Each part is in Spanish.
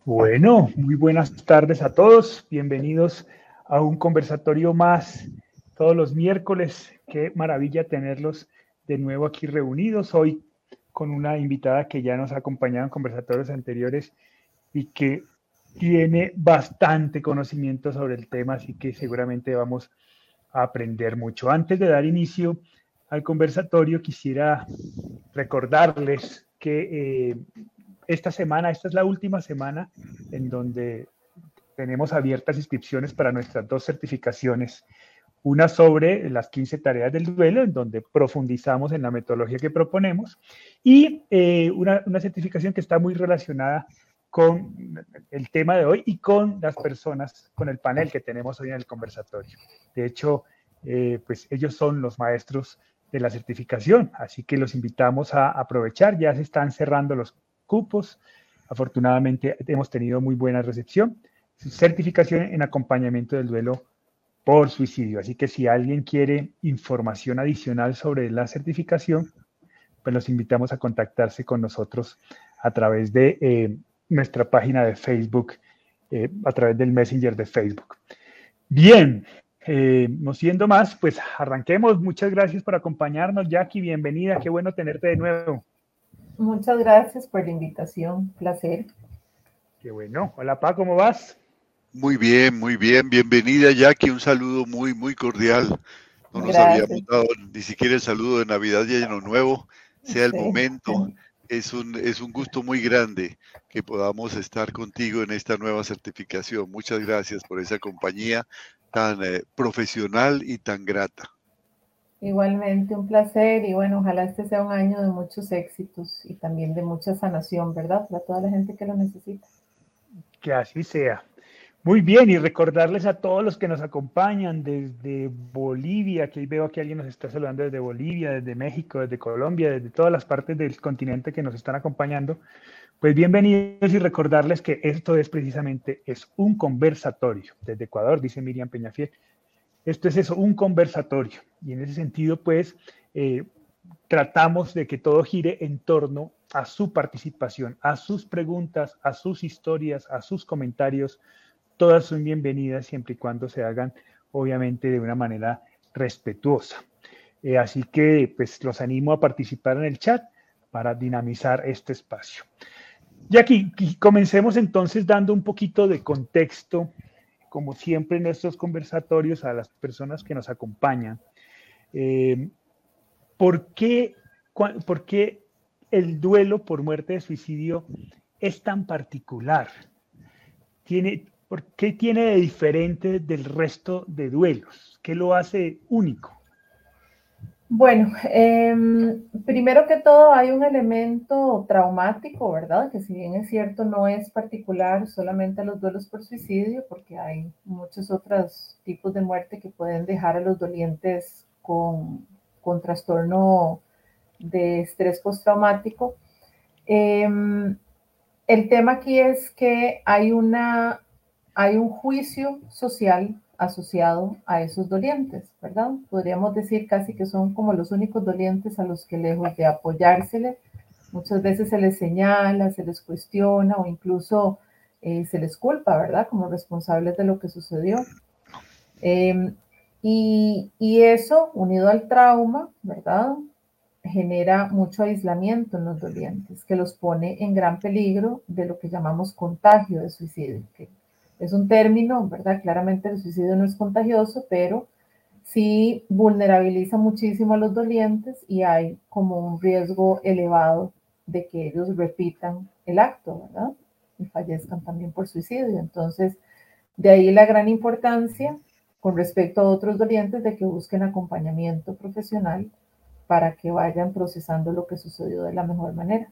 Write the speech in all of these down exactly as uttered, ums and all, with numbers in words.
Bueno, muy buenas tardes a todos. Bienvenidos a un conversatorio más todos los miércoles. Qué maravilla tenerlos de nuevo aquí reunidos. Hoy con una invitada que ya nos ha acompañado en conversatorios anteriores y que tiene bastante conocimiento sobre el tema, así que seguramente vamos a aprender mucho. Antes de dar inicio al conversatorio, quisiera recordarles que eh, esta semana, esta es la última semana en donde tenemos abiertas inscripciones para nuestras dos certificaciones. Una sobre las quince tareas del duelo, en donde profundizamos en la metodología que proponemos, y eh, una, una certificación que está muy relacionada con el tema de hoy y con las personas, con el panel que tenemos hoy en el conversatorio. De hecho, eh, pues ellos son los maestros de la certificación, así que los invitamos a aprovechar. Ya se están cerrando los cupos. Afortunadamente hemos tenido muy buena recepción. Certificación en acompañamiento del duelo por suicidio. Así que si alguien quiere información adicional sobre la certificación, pues los invitamos a contactarse con nosotros a través de eh, nuestra página de Facebook, eh, a través del Messenger de Facebook. Bien, eh, no siendo más, pues arranquemos. Muchas gracias por acompañarnos, Jackie. Bienvenida, qué bueno tenerte de nuevo. Muchas gracias por la invitación, placer. Qué bueno. Hola, Pa, ¿cómo vas? Muy bien, muy bien. Bienvenida, Jackie. Un saludo muy, muy cordial. No nos Gracias. habíamos dado ni siquiera el saludo de Navidad y Año Nuevo. Sea el Sí. momento. Es un, es un gusto muy grande que podamos estar contigo en esta nueva certificación. Muchas gracias por esa compañía tan eh, profesional y tan grata. Igualmente, un placer y bueno, ojalá este sea un año de muchos éxitos y también de mucha sanación, ¿verdad? Para toda la gente que lo necesita. Que así sea. Muy bien, y recordarles a todos los que nos acompañan desde Bolivia, que veo que alguien nos está saludando desde Bolivia, desde México, desde Colombia, desde todas las partes del continente que nos están acompañando, pues bienvenidos y recordarles que esto es precisamente es un conversatorio. Desde Ecuador, dice Miriam Peñafiel, esto es eso, un conversatorio. Y en ese sentido, pues, eh, tratamos de que todo gire en torno a su participación, a sus preguntas, a sus historias, a sus comentarios. Todas son bienvenidas siempre y cuando se hagan, obviamente, de una manera respetuosa. Eh, así que, pues, los animo a participar en el chat para dinamizar este espacio. Y aquí comencemos entonces dando un poquito de contexto, como siempre en nuestros conversatorios, a las personas que nos acompañan. Eh, ¿por qué, ¿Por qué el duelo por muerte de suicidio es tan particular? Tiene, ¿Por qué tiene de diferente del resto de duelos? ¿Qué lo hace único? Bueno, eh, primero que todo hay un elemento traumático, ¿verdad? Que si bien es cierto no es particular solamente a los duelos por suicidio, porque hay muchos otros tipos de muerte que pueden dejar a los dolientes con, con trastorno de estrés postraumático. Eh, el tema aquí es que hay, una, hay un juicio social asociado a esos dolientes, ¿verdad? Podríamos decir casi que son como los únicos dolientes a los que lejos de apoyársele, muchas veces se les señala, se les cuestiona o incluso eh, se les culpa, ¿verdad? Como responsables de lo que sucedió. Eh, y, y eso, unido al trauma, ¿verdad? Genera mucho aislamiento en los dolientes, que los pone en gran peligro de lo que llamamos contagio de suicidio, que es un término, ¿verdad? Claramente el suicidio no es contagioso, pero sí vulnerabiliza muchísimo a los dolientes y hay como un riesgo elevado de que ellos repitan el acto, ¿verdad? Y fallezcan también por suicidio. Entonces, de ahí la gran importancia con respecto a otros dolientes de que busquen acompañamiento profesional para que vayan procesando lo que sucedió de la mejor manera.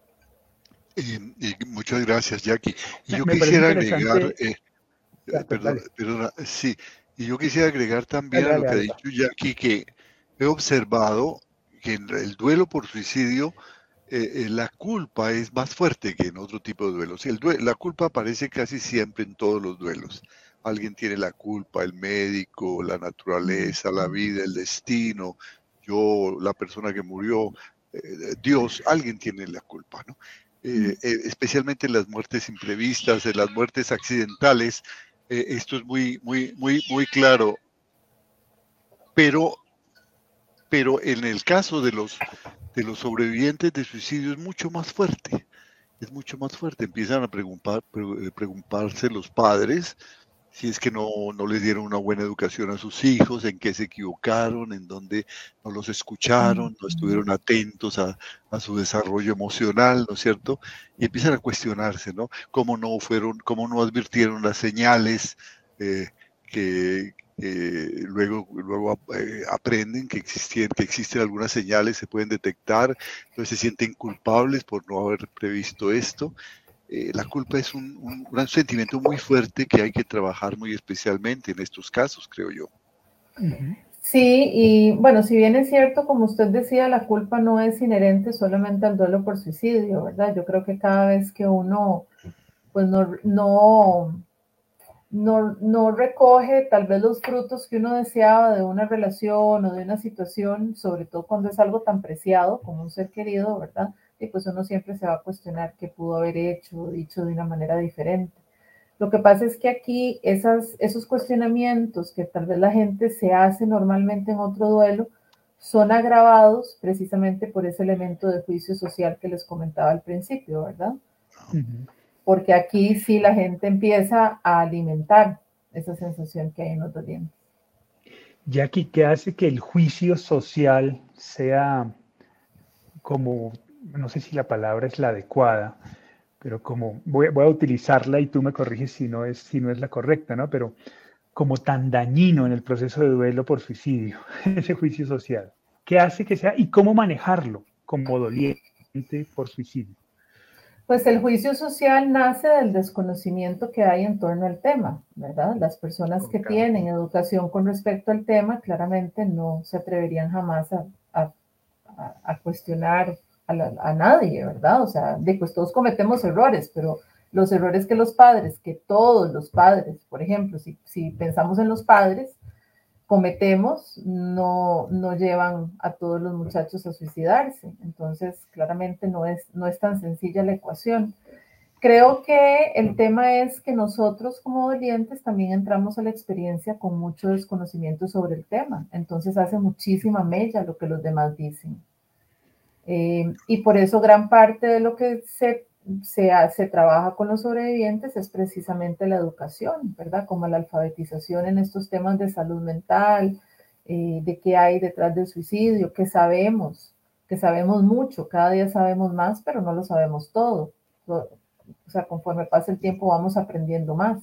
Eh, y muchas gracias, Jackie. Y Me, yo me parece quisiera agregar, interesante. eh, Ya, pues, perdón, dale, perdona, sí, y yo quisiera agregar también dale, a lo dale, que ha dale. dicho Jackie, que he observado que en el duelo por suicidio eh, eh, la culpa es más fuerte que en otro tipo de duelos. El due- la culpa aparece casi siempre en todos los duelos. Alguien tiene la culpa, el médico, la naturaleza, la vida, el destino, yo, la persona que murió, eh, Dios, alguien tiene la culpa, ¿no? eh, eh, especialmente en las muertes imprevistas, en las muertes accidentales. Eh, esto es muy, muy, muy, muy claro. Pero, pero en el caso de los, de los sobrevivientes de suicidio es mucho más fuerte. Es mucho más fuerte. Empiezan a preguntar, pre- preguntarse los padres si es que no, no les dieron una buena educación a sus hijos, en qué se equivocaron, en dónde no los escucharon, no estuvieron atentos a, a su desarrollo emocional, ¿no es cierto? Y empiezan a cuestionarse, ¿no? Cómo no fueron, cómo no advirtieron las señales eh, que, que luego, luego eh, aprenden que existían, que existen algunas señales, se pueden detectar, entonces se sienten culpables por no haber previsto esto. Eh, la culpa es un, un, un sentimiento muy fuerte que hay que trabajar muy especialmente en estos casos, creo yo. Sí, y bueno, si bien es cierto, como usted decía, la culpa no es inherente solamente al duelo por suicidio, ¿verdad? Yo creo que cada vez que uno, pues no, no, no, no recoge tal vez los frutos que uno deseaba de una relación o de una situación, sobre todo cuando es algo tan preciado como un ser querido, ¿verdad? Y pues uno siempre se va a cuestionar qué pudo haber hecho o dicho de una manera diferente. Lo que pasa es que aquí esas, esos cuestionamientos que tal vez la gente se hace normalmente en otro duelo son agravados precisamente por ese elemento de juicio social que les comentaba al principio, ¿verdad? Uh-huh. Porque aquí sí la gente empieza a alimentar esa sensación que hay en los dolientes. Jackie, ¿qué hace que el juicio social sea como, no sé si la palabra es la adecuada, pero como voy, voy a utilizarla y tú me corriges si no es, si no es la correcta, ¿no? Pero como tan dañino en el proceso de duelo por suicidio, ese juicio social. ¿Qué hace que sea y cómo manejarlo como doliente por suicidio? Pues el juicio social nace del desconocimiento que hay en torno al tema, ¿verdad? Las personas que tienen educación con respecto al tema claramente no se atreverían jamás a, a, a cuestionar a, la, a nadie, ¿verdad? O sea, de pues todos cometemos errores, pero los errores que los padres, que todos los padres, por ejemplo, si, si pensamos en los padres, cometemos, no, no llevan a todos los muchachos a suicidarse. Entonces, claramente no es, no es tan sencilla la ecuación. Creo que el tema es que nosotros como dolientes también entramos a la experiencia con mucho desconocimiento sobre el tema. Entonces hace muchísima mella lo que los demás dicen. Eh, y por eso gran parte de lo que se, se, se trabaja con los sobrevivientes es precisamente la educación, ¿verdad? Como la alfabetización en estos temas de salud mental, eh, de qué hay detrás del suicidio, qué sabemos, que sabemos mucho, cada día sabemos más, pero no lo sabemos todo. O sea, conforme pasa el tiempo vamos aprendiendo más.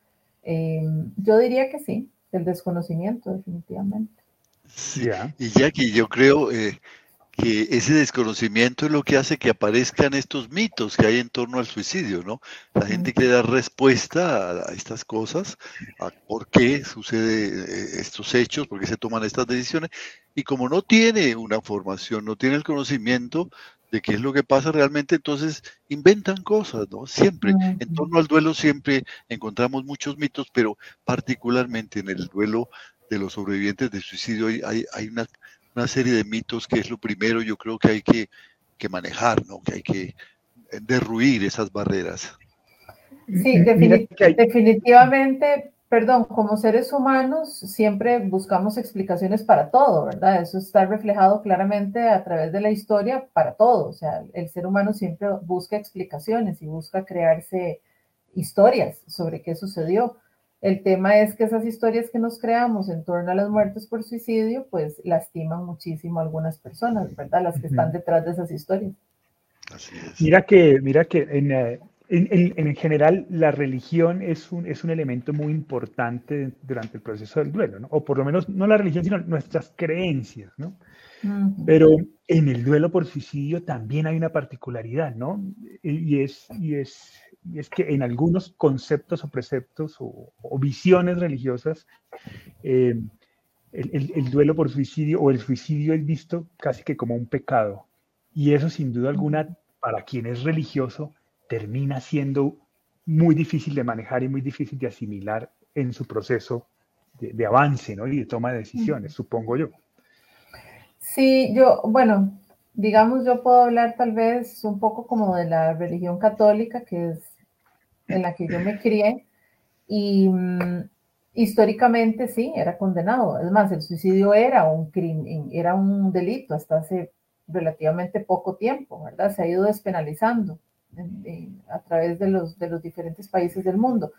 Eh, yo diría que sí, el desconocimiento, definitivamente. Sí, yeah. Y Jackie, yo creo eh, que ese desconocimiento es lo que hace que aparezcan estos mitos que hay en torno al suicidio, ¿no? La gente uh-huh. quiere dar respuesta a, a estas cosas, a por qué sucede estos hechos, por qué se toman estas decisiones, y como no tiene una formación, no tiene el conocimiento de qué es lo que pasa realmente, entonces inventan cosas, ¿no? Siempre, uh-huh. en torno al duelo siempre encontramos muchos mitos, pero particularmente en el duelo de los sobrevivientes de suicidio hay, hay, hay una, una serie de mitos que es lo primero, yo creo que hay que, que manejar, ¿no? Que hay que derruir esas barreras. Sí, defini- definitivamente, perdón, como seres humanos siempre buscamos explicaciones para todo, ¿verdad? Eso está reflejado claramente a través de la historia para todo. O sea, el ser humano siempre busca explicaciones y busca crearse historias sobre qué sucedió. El tema es que esas historias que nos creamos en torno a las muertes por suicidio, pues lastiman muchísimo a algunas personas, ¿verdad? Las que están detrás de esas historias. Así es. Mira que, mira que en, en, en, en general la religión es un, es un elemento muy importante durante el proceso del duelo, ¿no? O por lo menos no la religión, sino nuestras creencias, ¿no? Uh-huh. Pero en el duelo por suicidio también hay una particularidad, ¿no? Y es, y es, y es que en algunos conceptos o preceptos o, o visiones religiosas, eh, el, el, el duelo por suicidio o el suicidio es visto casi que como un pecado. Y eso sin duda alguna, para quien es religioso, termina siendo muy difícil de manejar y muy difícil de asimilar en su proceso de, de avance, ¿no? Y de toma de decisiones, uh-huh. supongo yo. Sí, yo, bueno, digamos, yo puedo hablar tal vez un poco como de la religión católica, que es en la que yo me crié, y um, históricamente sí, era condenado. Es más, el suicidio era un crimen, era un delito hasta hace relativamente poco tiempo, ¿verdad? Se ha ido despenalizando en, en, a través de los, de los diferentes países del mundo.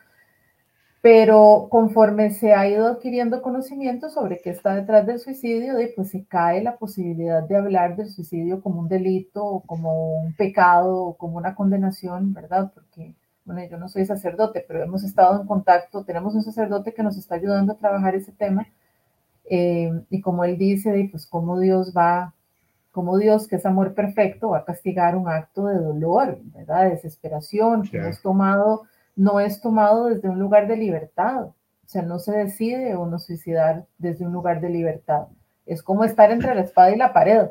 Pero conforme se ha ido adquiriendo conocimiento sobre qué está detrás del suicidio, pues se cae la posibilidad de hablar del suicidio como un delito, o como un pecado, o como una condenación, ¿verdad? Porque, bueno, yo no soy sacerdote, pero hemos estado en contacto, tenemos un sacerdote que nos está ayudando a trabajar ese tema, eh, y como él dice, pues cómo Dios va, cómo Dios, que es amor perfecto, va a castigar un acto de dolor, ¿verdad? De desesperación, que no es tomado no es tomado desde un lugar de libertad. O sea, no se decide uno suicidar desde un lugar de libertad. Es como estar entre la espada y la pared.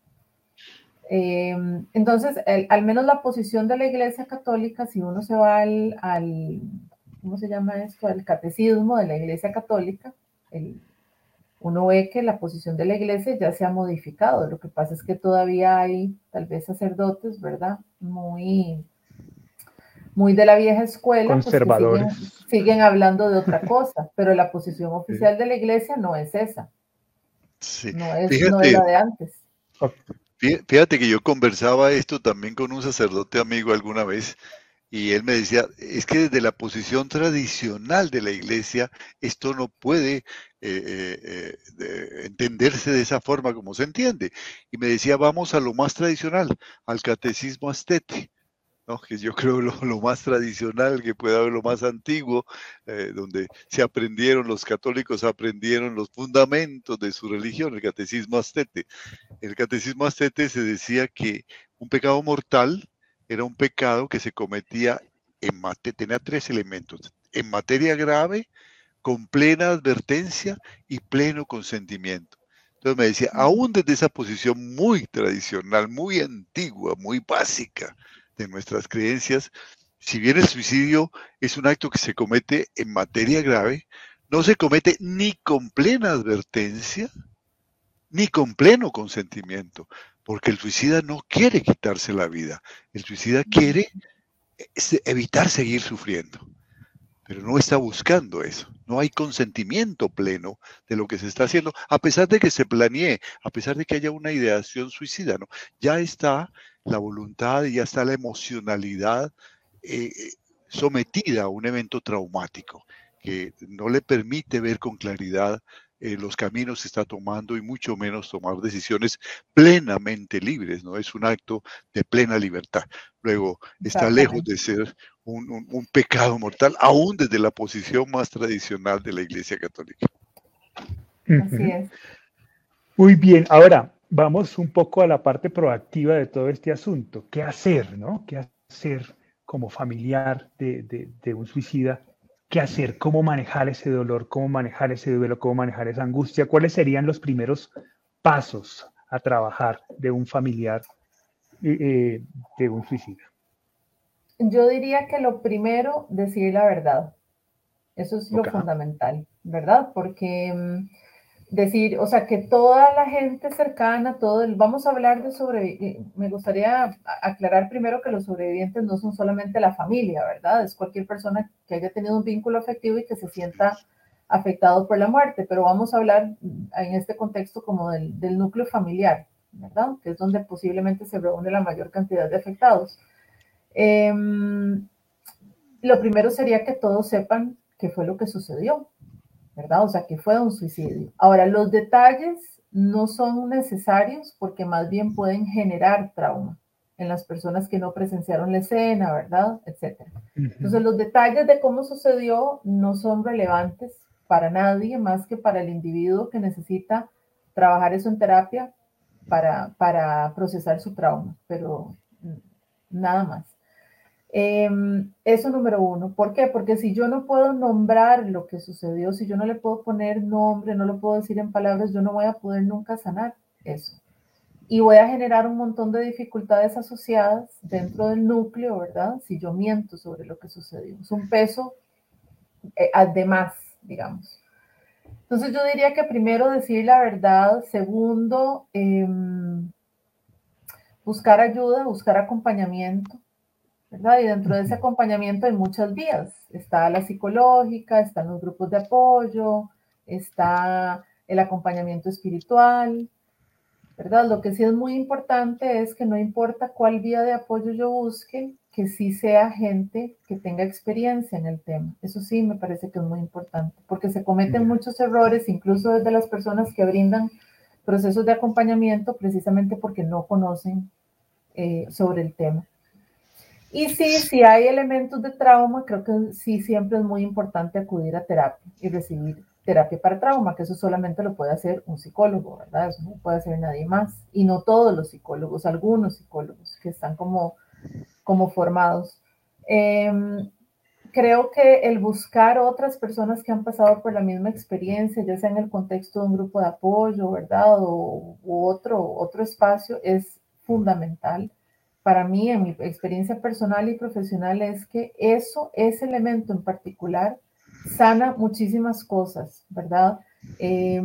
Eh, entonces, el, al menos la posición de la Iglesia Católica, si uno se va al, al ¿cómo se llama esto? Al catecismo de la Iglesia Católica, el, uno ve que la posición de la Iglesia ya se ha modificado. Lo que pasa es que todavía hay tal vez sacerdotes, ¿verdad? Muy muy de la vieja escuela, pues que siguen, Conservadores. siguen hablando de otra cosa, pero la posición oficial de la iglesia no es esa, Sí. no es, no es Fíjate, la de antes. fíjate que yo conversaba esto también con un sacerdote amigo alguna vez y él me decía, es que desde la posición tradicional de la iglesia esto no puede eh, eh, eh, de- entenderse de esa forma como se entiende. Y me decía, vamos a lo más tradicional, al catecismo astete. ¿No? Que yo creo lo, lo más tradicional que puede haber, lo más antiguo, eh, donde se aprendieron, los católicos aprendieron los fundamentos de su religión, el catecismo astete. En el catecismo astete se decía que un pecado mortal era un pecado que se cometía en mate, tenía tres elementos, en materia grave, con plena advertencia y pleno consentimiento. Entonces me decía, aún desde esa posición muy tradicional, muy antigua, muy básica de nuestras creencias, si bien el suicidio es un acto que se comete en materia grave, no se comete ni con plena advertencia, ni con pleno consentimiento, porque el suicida no quiere quitarse la vida, el suicida quiere evitar seguir sufriendo, pero no está buscando eso. No hay consentimiento pleno de lo que se está haciendo, a pesar de que se planee, a pesar de que haya una ideación suicida, ¿no? Ya está la voluntad y ya está la emocionalidad eh, sometida a un evento traumático que no le permite ver con claridad eh, los caminos que está tomando y mucho menos tomar decisiones plenamente libres, ¿no? Es un acto de plena libertad. Luego, está lejos de ser un, un, un pecado mortal, aún desde la posición más tradicional de la Iglesia Católica. Así es. Muy bien, ahora vamos un poco a la parte proactiva de todo este asunto. ¿Qué hacer, no? ¿Qué hacer como familiar de, de, de un suicida? ¿Qué hacer? ¿Cómo manejar ese dolor? ¿Cómo manejar ese duelo? ¿Cómo manejar esa angustia? ¿Cuáles serían los primeros pasos a trabajar de un familiar eh, de un suicida? Yo diría que lo primero, decir la verdad. Eso es lo Okay. fundamental, ¿verdad? Porque um, decir, o sea, que toda la gente cercana, todo el, vamos a hablar de sobrevivientes, me gustaría aclarar primero que los sobrevivientes no son solamente la familia, ¿verdad? Es cualquier persona que haya tenido un vínculo afectivo y que se sienta afectado por la muerte, pero vamos a hablar en este contexto como del, del núcleo familiar, ¿verdad? Que es donde posiblemente se reúne la mayor cantidad de afectados. Eh, lo primero sería que todos sepan qué fue lo que sucedió, ¿verdad? O sea, que fue un suicidio. Ahora, los detalles no son necesarios porque más bien pueden generar trauma en las personas que no presenciaron la escena, ¿verdad? Etcétera. Uh-huh. Entonces, los detalles de cómo sucedió no son relevantes para nadie más que para el individuo que necesita trabajar eso en terapia para, para procesar su trauma, pero nada más. Eh, eso número uno. ¿Por qué? Porque si yo no puedo nombrar lo que sucedió, si yo no le puedo poner nombre, no lo puedo decir en palabras, yo no voy a poder nunca sanar eso. Y voy a generar un montón de dificultades asociadas dentro del núcleo, ¿verdad? Si yo miento sobre lo que sucedió. Es un peso eh, además, digamos. Entonces yo diría que primero decir la verdad. Segundo, eh, buscar ayuda, buscar acompañamiento, ¿verdad? Y dentro de ese acompañamiento hay muchas vías. Está la psicológica, están los grupos de apoyo, está el acompañamiento espiritual, ¿verdad? Lo que sí es muy importante es que no importa cuál vía de apoyo yo busque, que sí sea gente que tenga experiencia en el tema. Eso sí me parece que es muy importante, porque se cometen muchos errores, incluso desde las personas que brindan procesos de acompañamiento, precisamente porque no conocen eh, sobre el tema. Y sí, si hay elementos de trauma, creo que sí siempre es muy importante acudir a terapia y recibir terapia para trauma, que eso solamente lo puede hacer un psicólogo, ¿verdad? Eso no puede hacer nadie más. Y no todos los psicólogos, algunos psicólogos que están como, como formados. Eh, creo que el buscar otras personas que han pasado por la misma experiencia, ya sea en el contexto de un grupo de apoyo, ¿verdad? O u otro, otro espacio, es fundamental. Para mí, en mi experiencia personal y profesional, es que eso, ese elemento en particular, sana muchísimas cosas, ¿verdad? Eh,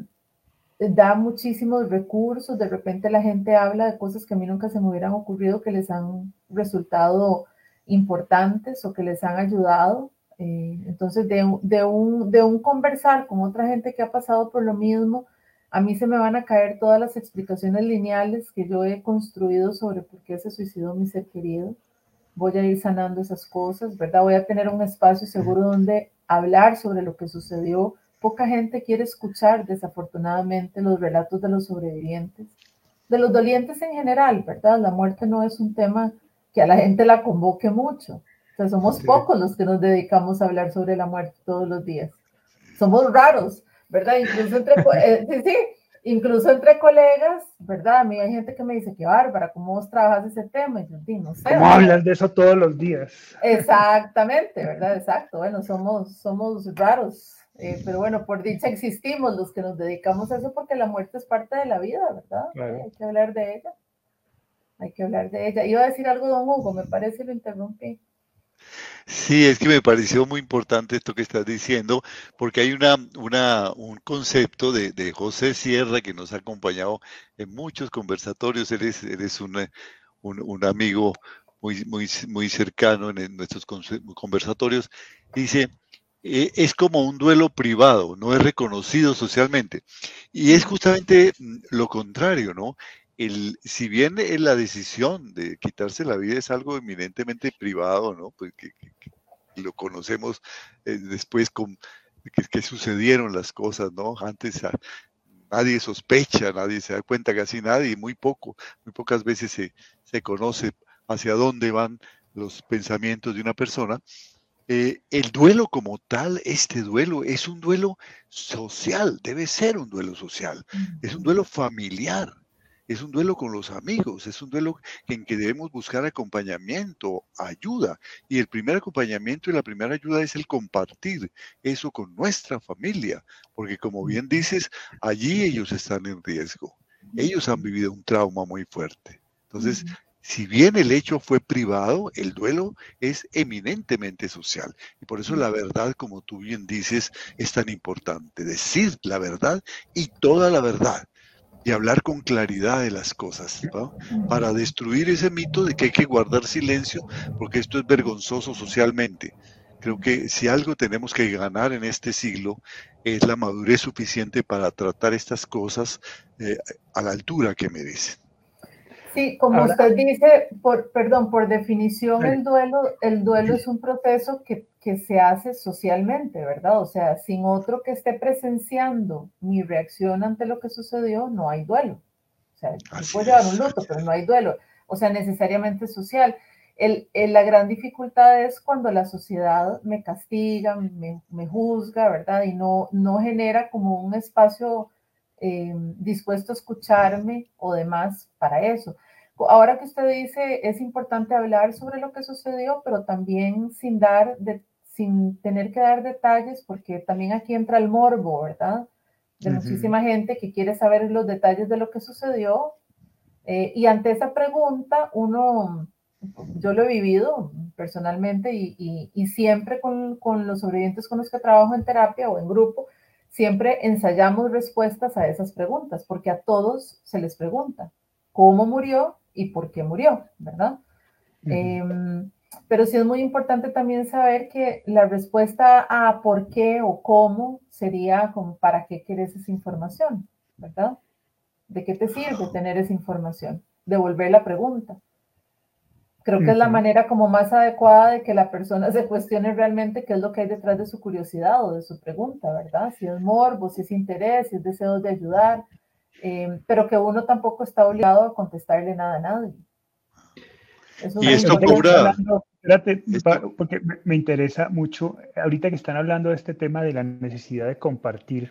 da muchísimos recursos, de repente la gente habla de cosas que a mí nunca se me hubieran ocurrido, que les han resultado importantes o que les han ayudado. Eh, entonces, de, de, un, de un conversar con otra gente que ha pasado por lo mismo, a mí se me van a caer todas las explicaciones lineales que yo he construido sobre por qué se suicidó mi ser querido. Voy a ir sanando esas cosas, ¿verdad? Voy a tener un espacio seguro donde hablar sobre lo que sucedió. Poca gente quiere escuchar, desafortunadamente, los relatos de los sobrevivientes, de los dolientes en general, ¿verdad? La muerte no es un tema que a la gente la convoque mucho. O sea, somos sí. pocos los que nos dedicamos a hablar sobre la muerte todos los días. Somos raros, ¿verdad? Incluso entre, eh, sí, sí, incluso entre colegas, ¿verdad? A mí hay gente que me dice, qué bárbara, ¿cómo vos trabajas ese tema? Y yo digo, no sé. ¿Cómo ¿verdad? Hablas de eso todos los días? Exactamente, ¿verdad? Exacto. Bueno, somos, somos raros. Eh, pero bueno, por dicha existimos los que nos dedicamos a eso porque la muerte es parte de la vida, ¿verdad? Claro. Eh, hay que hablar de ella. Hay que hablar de ella. Iba a decir algo, don Hugo, me parece, lo interrumpí. Sí, es que me pareció muy importante esto que estás diciendo, porque hay una, una, un concepto de, de José Sierra que nos ha acompañado en muchos conversatorios. Eres, eres un, un, un amigo muy, muy, muy cercano en nuestros conversatorios. Dice, es como un duelo privado, no es reconocido socialmente. Y es justamente lo contrario, ¿no? El, si bien la decisión de quitarse la vida es algo eminentemente privado, ¿no? Pues que, que, que lo conocemos eh, después con que, que sucedieron las cosas, ¿no? Antes a, nadie sospecha, nadie se da cuenta, casi nadie, muy poco, muy pocas veces se, se conoce hacia dónde van los pensamientos de una persona. Eh, el duelo como tal, este duelo es un duelo social, debe ser un duelo social, es un duelo familiar, es un duelo con los amigos, es un duelo en que debemos buscar acompañamiento, ayuda, y el primer acompañamiento y la primera ayuda es el compartir eso con nuestra familia, porque como bien dices, allí ellos están en riesgo, ellos han vivido un trauma muy fuerte, entonces si bien el hecho fue privado, el duelo es eminentemente social. Y por eso la verdad, como tú bien dices, es tan importante. Decir la verdad y toda la verdad. Y hablar con claridad de las cosas, ¿no? Para destruir ese mito de que hay que guardar silencio, porque esto es vergonzoso socialmente. Creo que si algo tenemos que ganar en este siglo es la madurez suficiente para tratar estas cosas eh, a la altura que merecen. Sí, como Ahora, usted dice, por, perdón, por definición el duelo, el duelo es un proceso que, que se hace socialmente, ¿verdad? O sea, sin otro que esté presenciando mi reacción ante lo que sucedió, no hay duelo. O sea, yo puedo llevar un luto, pero no hay duelo. O sea, necesariamente social. El, el, la gran dificultad es cuando la sociedad me castiga, me, me juzga, ¿verdad? Y no, no genera como un espacio Eh, dispuesto a escucharme o demás para eso. Ahora que usted dice, es importante hablar sobre lo que sucedió, pero también sin dar, de, sin tener que dar detalles, porque también aquí entra el morbo, ¿verdad? De uh-huh. muchísima gente que quiere saber los detalles de lo que sucedió. Eh, y ante esa pregunta, uno, yo lo he vivido personalmente y, y, y siempre con, con los sobrevivientes con los que trabajo en terapia o en grupo, siempre ensayamos respuestas a esas preguntas, porque a todos se les pregunta cómo murió y por qué murió, ¿verdad? Ujú. Eh, pero sí es muy importante también saber que la respuesta a por qué o cómo sería como para qué quieres esa información, ¿verdad? ¿De qué te sirve tener esa información? Devolver la pregunta. Creo que es la Ujú. manera como más adecuada de que la persona se cuestione realmente qué es lo que hay detrás de su curiosidad o de su pregunta, ¿verdad? Si es morbo, si es interés, si es deseo de ayudar, eh, pero que uno tampoco está obligado a contestarle nada a nadie. Eso es Y muy esto Ahorita que están cobra, importante. hablando, espérate, pa- esto, porque me, me interesa mucho, ahorita que están hablando de este tema de la necesidad de compartir,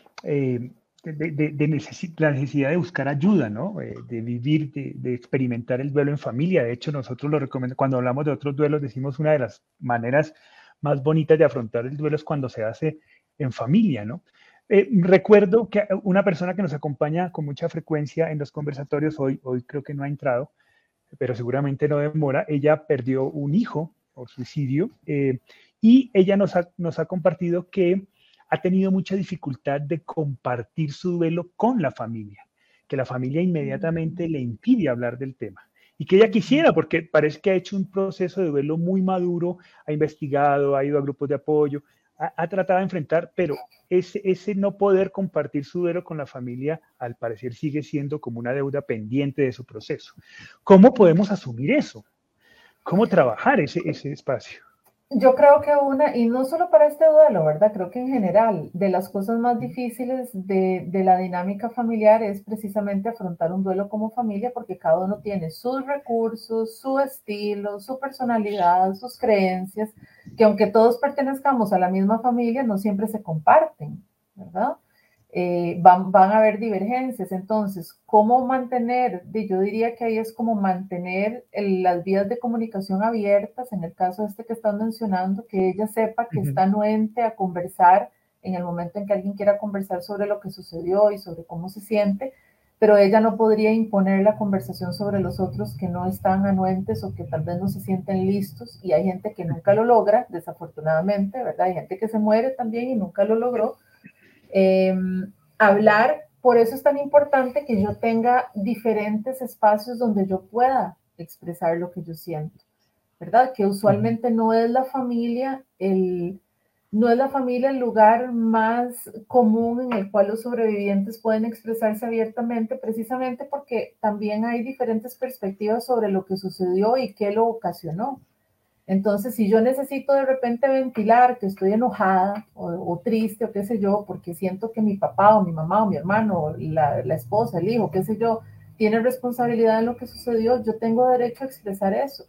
eh, de, de- de necesi- la necesidad de buscar ayuda, ¿no? Eh, de vivir, de, de experimentar el duelo en familia. De hecho, nosotros lo recomendamos, cuando hablamos de otros duelos, decimos una de las maneras más bonitas de afrontar el duelo es cuando se hace en familia, ¿no? Eh, recuerdo que una persona que nos acompaña con mucha frecuencia en los conversatorios, hoy, hoy creo que no ha entrado, pero seguramente no demora, ella perdió un hijo por suicidio eh, y ella nos ha, nos ha compartido que ha tenido mucha dificultad de compartir su duelo con la familia, que la familia inmediatamente le impide hablar del tema. Y que ella quisiera, porque parece que ha hecho un proceso de duelo muy maduro, ha investigado, ha ido a grupos de apoyo, ha, ha tratado de enfrentar, pero ese, ese no poder compartir su duelo con la familia, al parecer sigue siendo como una deuda pendiente de su proceso. ¿Cómo podemos asumir eso? ¿Cómo trabajar ese, ese espacio? Yo creo que una, y no solo para este duelo, ¿verdad? Creo que en general, de las cosas más difíciles de, de la dinámica familiar es precisamente afrontar un duelo como familia, porque cada uno tiene sus recursos, su estilo, su personalidad, sus creencias, que aunque todos pertenezcamos a la misma familia, no siempre se comparten, ¿verdad? Eh, van, van a haber divergencias. Entonces, ¿cómo mantener? Yo diría que ahí es como mantener el, las vías de comunicación abiertas, en el caso este que estás mencionando, que ella sepa que Uh-huh. está anuente a conversar en el momento en que alguien quiera conversar sobre lo que sucedió y sobre cómo se siente, pero ella no podría imponer la conversación sobre los otros que no están anuentes o que tal vez no se sienten listos, y hay gente que nunca lo logra, desafortunadamente, ¿verdad? Hay gente que se muere también y nunca lo logró. Eh, hablar, por eso es tan importante que yo tenga diferentes espacios donde yo pueda expresar lo que yo siento, ¿verdad? Que usualmente uh-huh. no es la familia el, no es la familia el lugar más común en el cual los sobrevivientes pueden expresarse abiertamente, precisamente porque también hay diferentes perspectivas sobre lo que sucedió y qué lo ocasionó. Entonces, si yo necesito de repente ventilar que estoy enojada o, o triste o qué sé yo, porque siento que mi papá o mi mamá o mi hermano, la, la esposa, el hijo, qué sé yo, tiene responsabilidad en lo que sucedió, yo tengo derecho a expresar eso,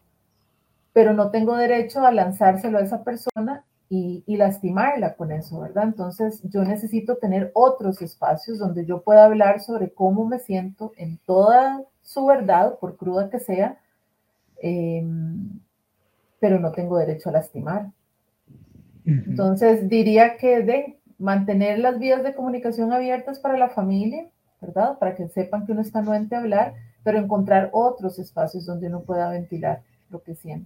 pero no tengo derecho a lanzárselo a esa persona y, y lastimarla con eso, ¿verdad? Entonces, yo necesito tener otros espacios donde yo pueda hablar sobre cómo me siento en toda su verdad, por cruda que sea, eh, pero no tengo derecho a lastimar. Uh-huh. Entonces, diría que de mantener las vías de comunicación abiertas para la familia, ¿verdad? Para que sepan que uno está anuente a hablar, pero encontrar otros espacios donde uno pueda ventilar lo que siente.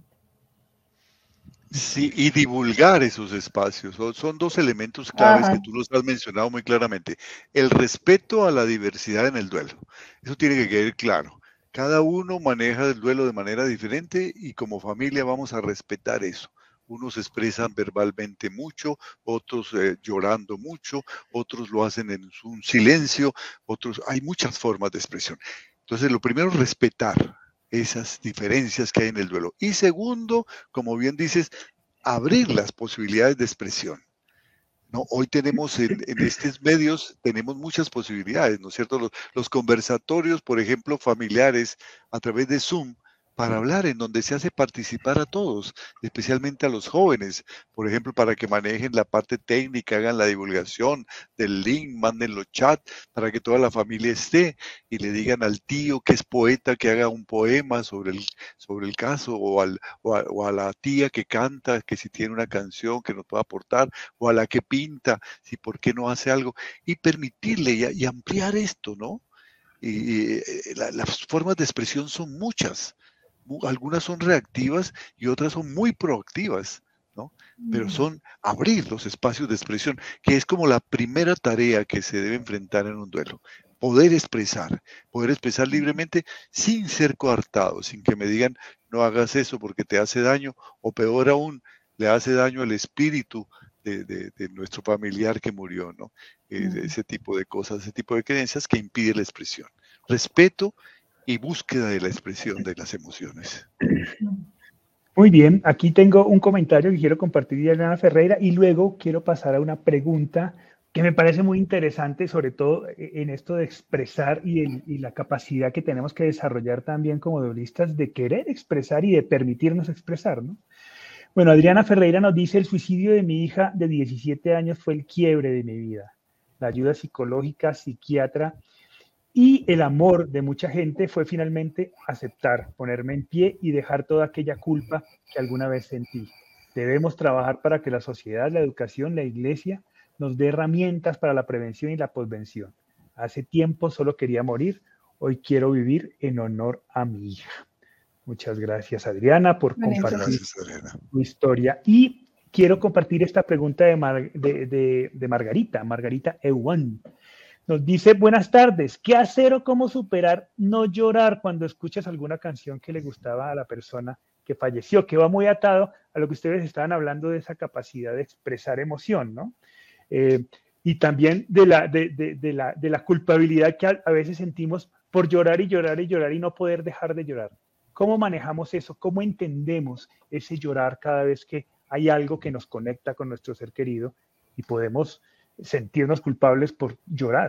Sí, y divulgar esos espacios. Son, son dos elementos claves. Ajá. Que tú los has mencionado muy claramente. El respeto a la diversidad en el duelo. Eso tiene que quedar claro. Cada uno maneja el duelo de manera diferente y como familia vamos a respetar eso. Unos expresan verbalmente mucho, otros eh, llorando mucho, otros lo hacen en un silencio, otros, hay muchas formas de expresión. Entonces, lo primero es respetar esas diferencias que hay en el duelo. Y segundo, como bien dices, abrir las posibilidades de expresión. ¿No? Hoy tenemos en, en estos medios, tenemos muchas posibilidades, ¿no es cierto? Los, los conversatorios, por ejemplo, familiares a través de Zoom, para hablar, en donde se hace participar a todos, especialmente a los jóvenes, por ejemplo, para que manejen la parte técnica, hagan la divulgación del link, manden los chats, para que toda la familia esté y le digan al tío que es poeta que haga un poema sobre el, sobre el caso, o, al, o, a, o a la tía que canta, que si tiene una canción que nos pueda aportar, o a la que pinta, si por qué no hace algo, y permitirle y, y ampliar esto, ¿no? Y, y la, las formas de expresión son muchas. Algunas son reactivas y otras son muy proactivas, ¿no? Pero son abrir los espacios de expresión, que es como la primera tarea que se debe enfrentar en un duelo. poder expresar, poder expresar libremente sin ser coartado, sin que me digan no hagas eso porque te hace daño, o peor aún, le hace daño al espíritu de, de, de nuestro familiar que murió, ¿no? Eh, Ujú. ese tipo de cosas, ese tipo de creencias que impide la expresión. Respeto y búsqueda de la expresión de las emociones. Muy bien, aquí tengo un comentario que quiero compartir de Adriana Ferreira y luego quiero pasar a una pregunta que me parece muy interesante, sobre todo en esto de expresar y, el, y la capacidad que tenemos que desarrollar también como duelistas de querer expresar y de permitirnos expresar, ¿no? Bueno, Adriana Ferreira nos dice: el suicidio de mi hija de diecisiete años fue el quiebre de mi vida. La ayuda psicológica, psiquiatra y el amor de mucha gente fue finalmente aceptar, ponerme en pie y dejar toda aquella culpa que alguna vez sentí. Debemos trabajar para que la sociedad, la educación, la iglesia nos dé herramientas para la prevención y la posvención. Hace tiempo solo quería morir, hoy quiero vivir en honor a mi hija. Muchas gracias, Adriana, por Buenísimo. compartir Gracias, Adriana. tu historia. Y quiero compartir esta pregunta de, Mar, de, de, de Margarita, Margarita Ewan. Nos dice: buenas tardes, ¿qué hacer o cómo superar no llorar cuando escuchas alguna canción que le gustaba a la persona que falleció? Que va muy atado a lo que ustedes estaban hablando de esa capacidad de expresar emoción, ¿no? Eh, y también de la, de, de, de, la, de la culpabilidad que a, a veces sentimos por llorar y llorar y llorar y no poder dejar de llorar. ¿Cómo manejamos eso? ¿Cómo entendemos ese llorar cada vez que hay algo que nos conecta con nuestro ser querido y podemos sentirnos culpables por llorar?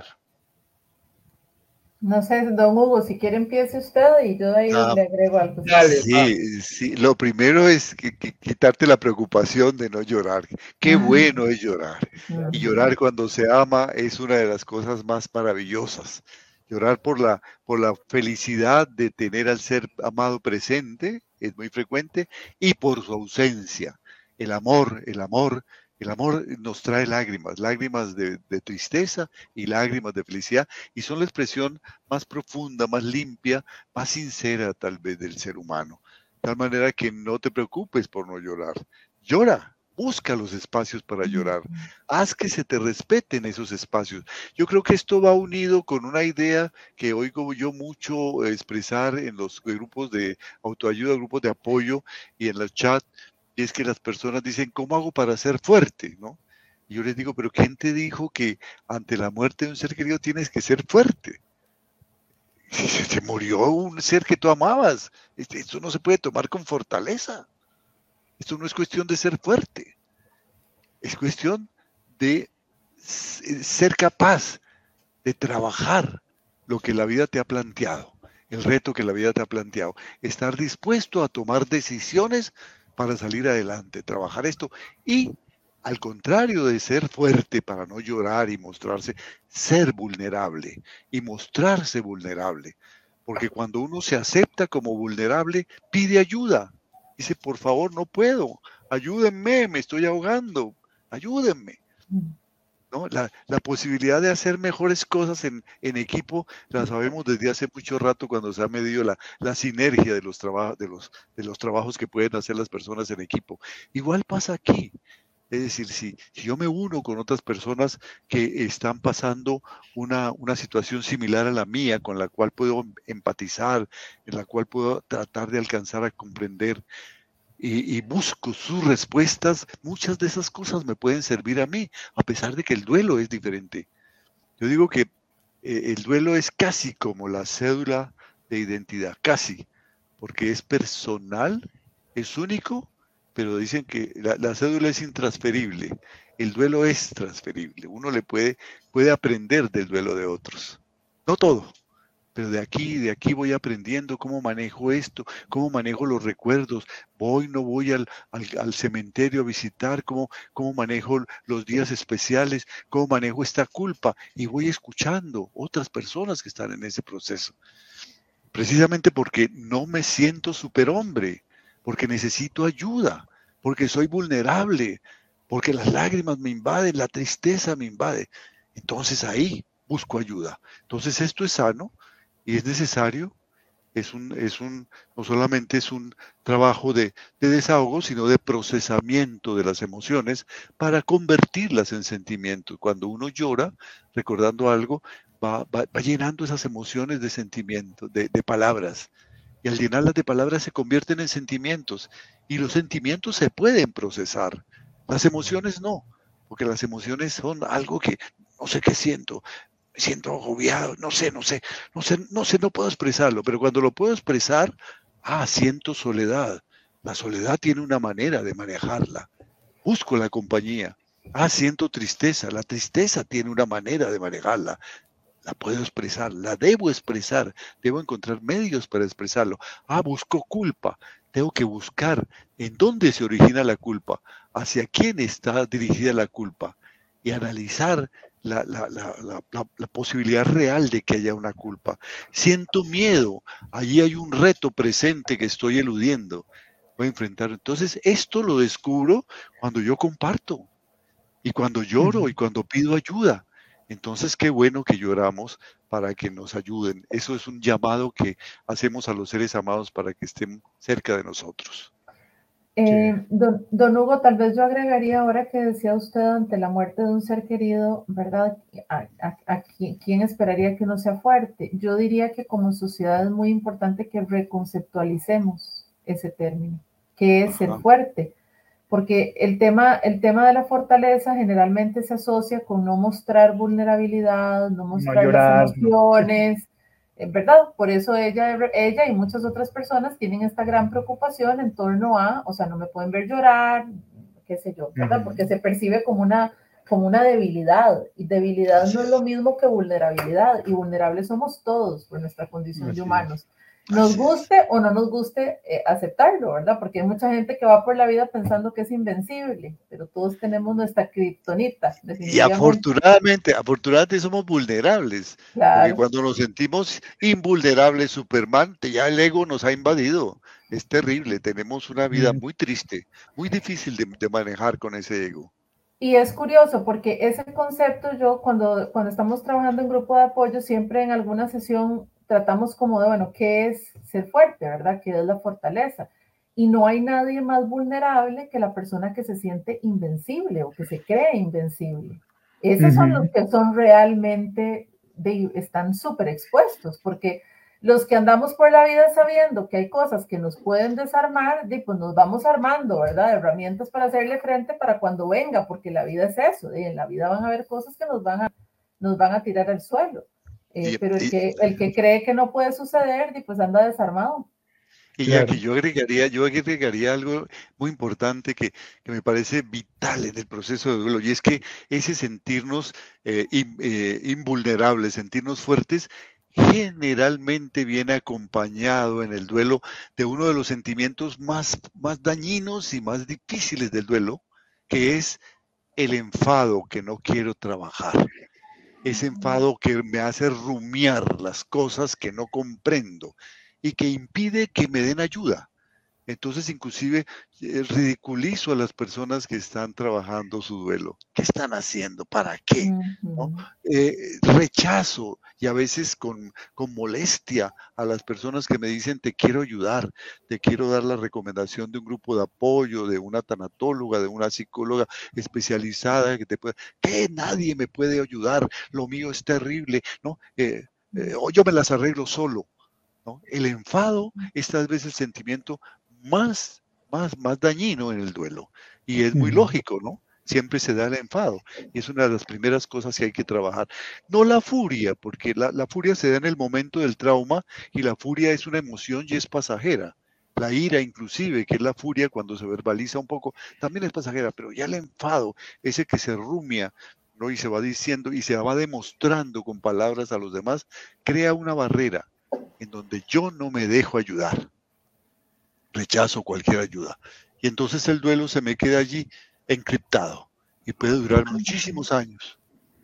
No sé, don Hugo, si quiere empiece usted y yo ahí Ah, le agrego algo. Dale, sí, sí, lo primero es que, que quitarte la preocupación de no llorar. Qué Ujú. bueno es llorar. Ujú. Y llorar cuando se ama es una de las cosas más maravillosas. Llorar por la, por la felicidad de tener al ser amado presente es muy frecuente, y por su ausencia. El amor, el amor, el amor nos trae lágrimas, lágrimas de, de tristeza y lágrimas de felicidad, y son la expresión más profunda, más limpia, más sincera tal vez del ser humano. De tal manera que no te preocupes por no llorar. Llora. Busca los espacios para llorar. Haz que se te respeten esos espacios. Yo creo que esto va unido con una idea que oigo yo mucho expresar en los grupos de autoayuda, grupos de apoyo y en los chats, y es que las personas dicen: ¿cómo hago para ser fuerte? ¿No? Y yo les digo: ¿pero quién te dijo que ante la muerte de un ser querido tienes que ser fuerte? Se murió un ser que tú amabas. Esto no se puede tomar con fortaleza. Esto no es cuestión de ser fuerte, es cuestión de ser capaz de trabajar lo que la vida te ha planteado, el reto que la vida te ha planteado, estar dispuesto a tomar decisiones para salir adelante, trabajar esto, y al contrario de ser fuerte para no llorar y mostrarse, ser vulnerable y mostrarse vulnerable, porque cuando uno se acepta como vulnerable, pide ayuda. Dice: por favor, no puedo, ayúdenme, me estoy ahogando, ayúdenme. ¿No? La, la posibilidad de hacer mejores cosas en, en equipo la sabemos desde hace mucho rato, cuando se ha medido la, la sinergia de los, traba, de, los, de los trabajos que pueden hacer las personas en equipo. Igual pasa aquí. Es decir, si, si yo me uno con otras personas que están pasando una, una situación similar a la mía, con la cual puedo empatizar, en la cual puedo tratar de alcanzar a comprender, y, y busco sus respuestas, muchas de esas cosas me pueden servir a mí, a pesar de que el duelo es diferente. Yo digo que eh, el duelo es casi como la cédula de identidad, casi, porque es personal, es único, pero dicen que la, la cédula es intransferible, el duelo es transferible, uno le puede, puede aprender del duelo de otros, no todo, pero de aquí, de aquí voy aprendiendo cómo manejo esto, cómo manejo los recuerdos, voy, no voy al, al, al cementerio a visitar, cómo, cómo manejo los días especiales, cómo manejo esta culpa, y voy escuchando otras personas que están en ese proceso, precisamente porque no me siento superhombre, porque necesito ayuda, porque soy vulnerable, porque las lágrimas me invaden, la tristeza me invade. Entonces ahí busco ayuda. Entonces esto es sano y es necesario. Es un, es un, no solamente es un trabajo de, de desahogo, sino de procesamiento de las emociones para convertirlas en sentimientos. Cuando uno llora, recordando algo, va, va, va llenando esas emociones de sentimientos, de, de palabras. Y al llenarlas de palabras se convierten en sentimientos. Y los sentimientos se pueden procesar. Las emociones no, porque las emociones son algo que no sé qué siento. Me siento agobiado, no sé, no sé, no sé, no sé, no puedo expresarlo. Pero cuando lo puedo expresar, ah, siento soledad. La soledad tiene una manera de manejarla. Busco la compañía. Ah, siento tristeza. La tristeza tiene una manera de manejarla. La puedo expresar, la debo expresar, debo encontrar medios para expresarlo. Ah, busco culpa, tengo que buscar en dónde se origina la culpa, hacia quién está dirigida la culpa y analizar la, la, la, la, la, la posibilidad real de que haya una culpa. Siento miedo, allí hay un reto presente que estoy eludiendo, voy a enfrentar. Entonces, esto lo descubro cuando yo comparto. Y cuando lloro y cuando pido ayuda, entonces qué bueno que lloramos para que nos ayuden. Eso es un llamado que hacemos a los seres amados para que estén cerca de nosotros. Eh, don, don Hugo, tal vez yo agregaría ahora que decía usted ante la muerte de un ser querido, ¿verdad? ¿A, a, a quién, quién esperaría que uno sea fuerte? Yo diría que como sociedad es muy importante que reconceptualicemos ese término, que es ser fuerte. Porque el tema, el tema de la fortaleza generalmente se asocia con no mostrar vulnerabilidad, no mostrar no llorar, las emociones, no. ¿Verdad? Por eso ella, ella y muchas otras personas tienen esta gran preocupación en torno a, o sea, no me pueden ver llorar, qué sé yo, ¿verdad? Uh-huh. Porque se percibe como una, como una debilidad, y debilidad Así no es lo mismo que vulnerabilidad, y vulnerables somos todos por nuestra condición Así de humanos. Es. Nos guste o no nos guste eh, aceptarlo, ¿verdad? Porque hay mucha gente que va por la vida pensando que es invencible, pero todos tenemos nuestra kriptonita. Y afortunadamente, afortunadamente somos vulnerables, claro. Porque cuando nos sentimos invulnerables, Superman, ya el ego nos ha invadido. Es terrible, tenemos una vida muy triste, muy difícil de, de manejar con ese ego. Y es curioso porque ese concepto yo cuando, cuando estamos trabajando en grupo de apoyo, siempre en alguna sesión tratamos como de, bueno, ¿qué es ser fuerte, verdad? ¿Qué es la fortaleza? Y no hay nadie más vulnerable que la persona que se siente invencible o que se cree invencible. Esos uh-huh. son los que son realmente, de, están súper expuestos, porque los que andamos por la vida sabiendo que hay cosas que nos pueden desarmar, pues nos vamos armando, ¿verdad? Herramientas para hacerle frente para cuando venga, porque la vida es eso, ¿eh? En la vida van a haber cosas que nos van a, nos van a tirar al suelo. Eh, y, pero el, y, que, el que cree que no puede suceder, pues anda desarmado. Y ya claro. que yo agregaría, yo agregaría algo muy importante que, que me parece vital en el proceso de duelo, y es que ese sentirnos eh, in, eh, invulnerables, sentirnos fuertes, generalmente viene acompañado en el duelo de uno de los sentimientos más, más dañinos y más difíciles del duelo, que es el enfado que no quiero trabajar. Ese enfado que me hace rumiar las cosas que no comprendo y que impide que me den ayuda. Entonces, inclusive, eh, ridiculizo a las personas que están trabajando su duelo. ¿Qué están haciendo? ¿Para qué? Uh-huh. ¿No? Eh, rechazo y a veces con, con molestia a las personas que me dicen te quiero ayudar, te quiero dar la recomendación de un grupo de apoyo, de una tanatóloga, de una psicóloga especializada que te pueda... ¿Qué? Nadie me puede ayudar, lo mío es terrible, ¿no? Eh, eh, o yo me las arreglo solo, ¿no? El enfado es tal vez el sentimiento más, más, más dañino en el duelo. Y es muy lógico, ¿no? Siempre se da el enfado. Y es una de las primeras cosas que hay que trabajar. No la furia, porque la, la furia se da en el momento del trauma y la furia es una emoción y es pasajera. La ira inclusive, que es la furia cuando se verbaliza un poco, también es pasajera, pero ya el enfado, ese que se rumia, ¿no? Y se va diciendo y se va demostrando con palabras a los demás, crea una barrera en donde yo no me dejo ayudar. Rechazo cualquier ayuda. Y entonces el duelo se me queda allí encriptado y puede durar muchísimos años.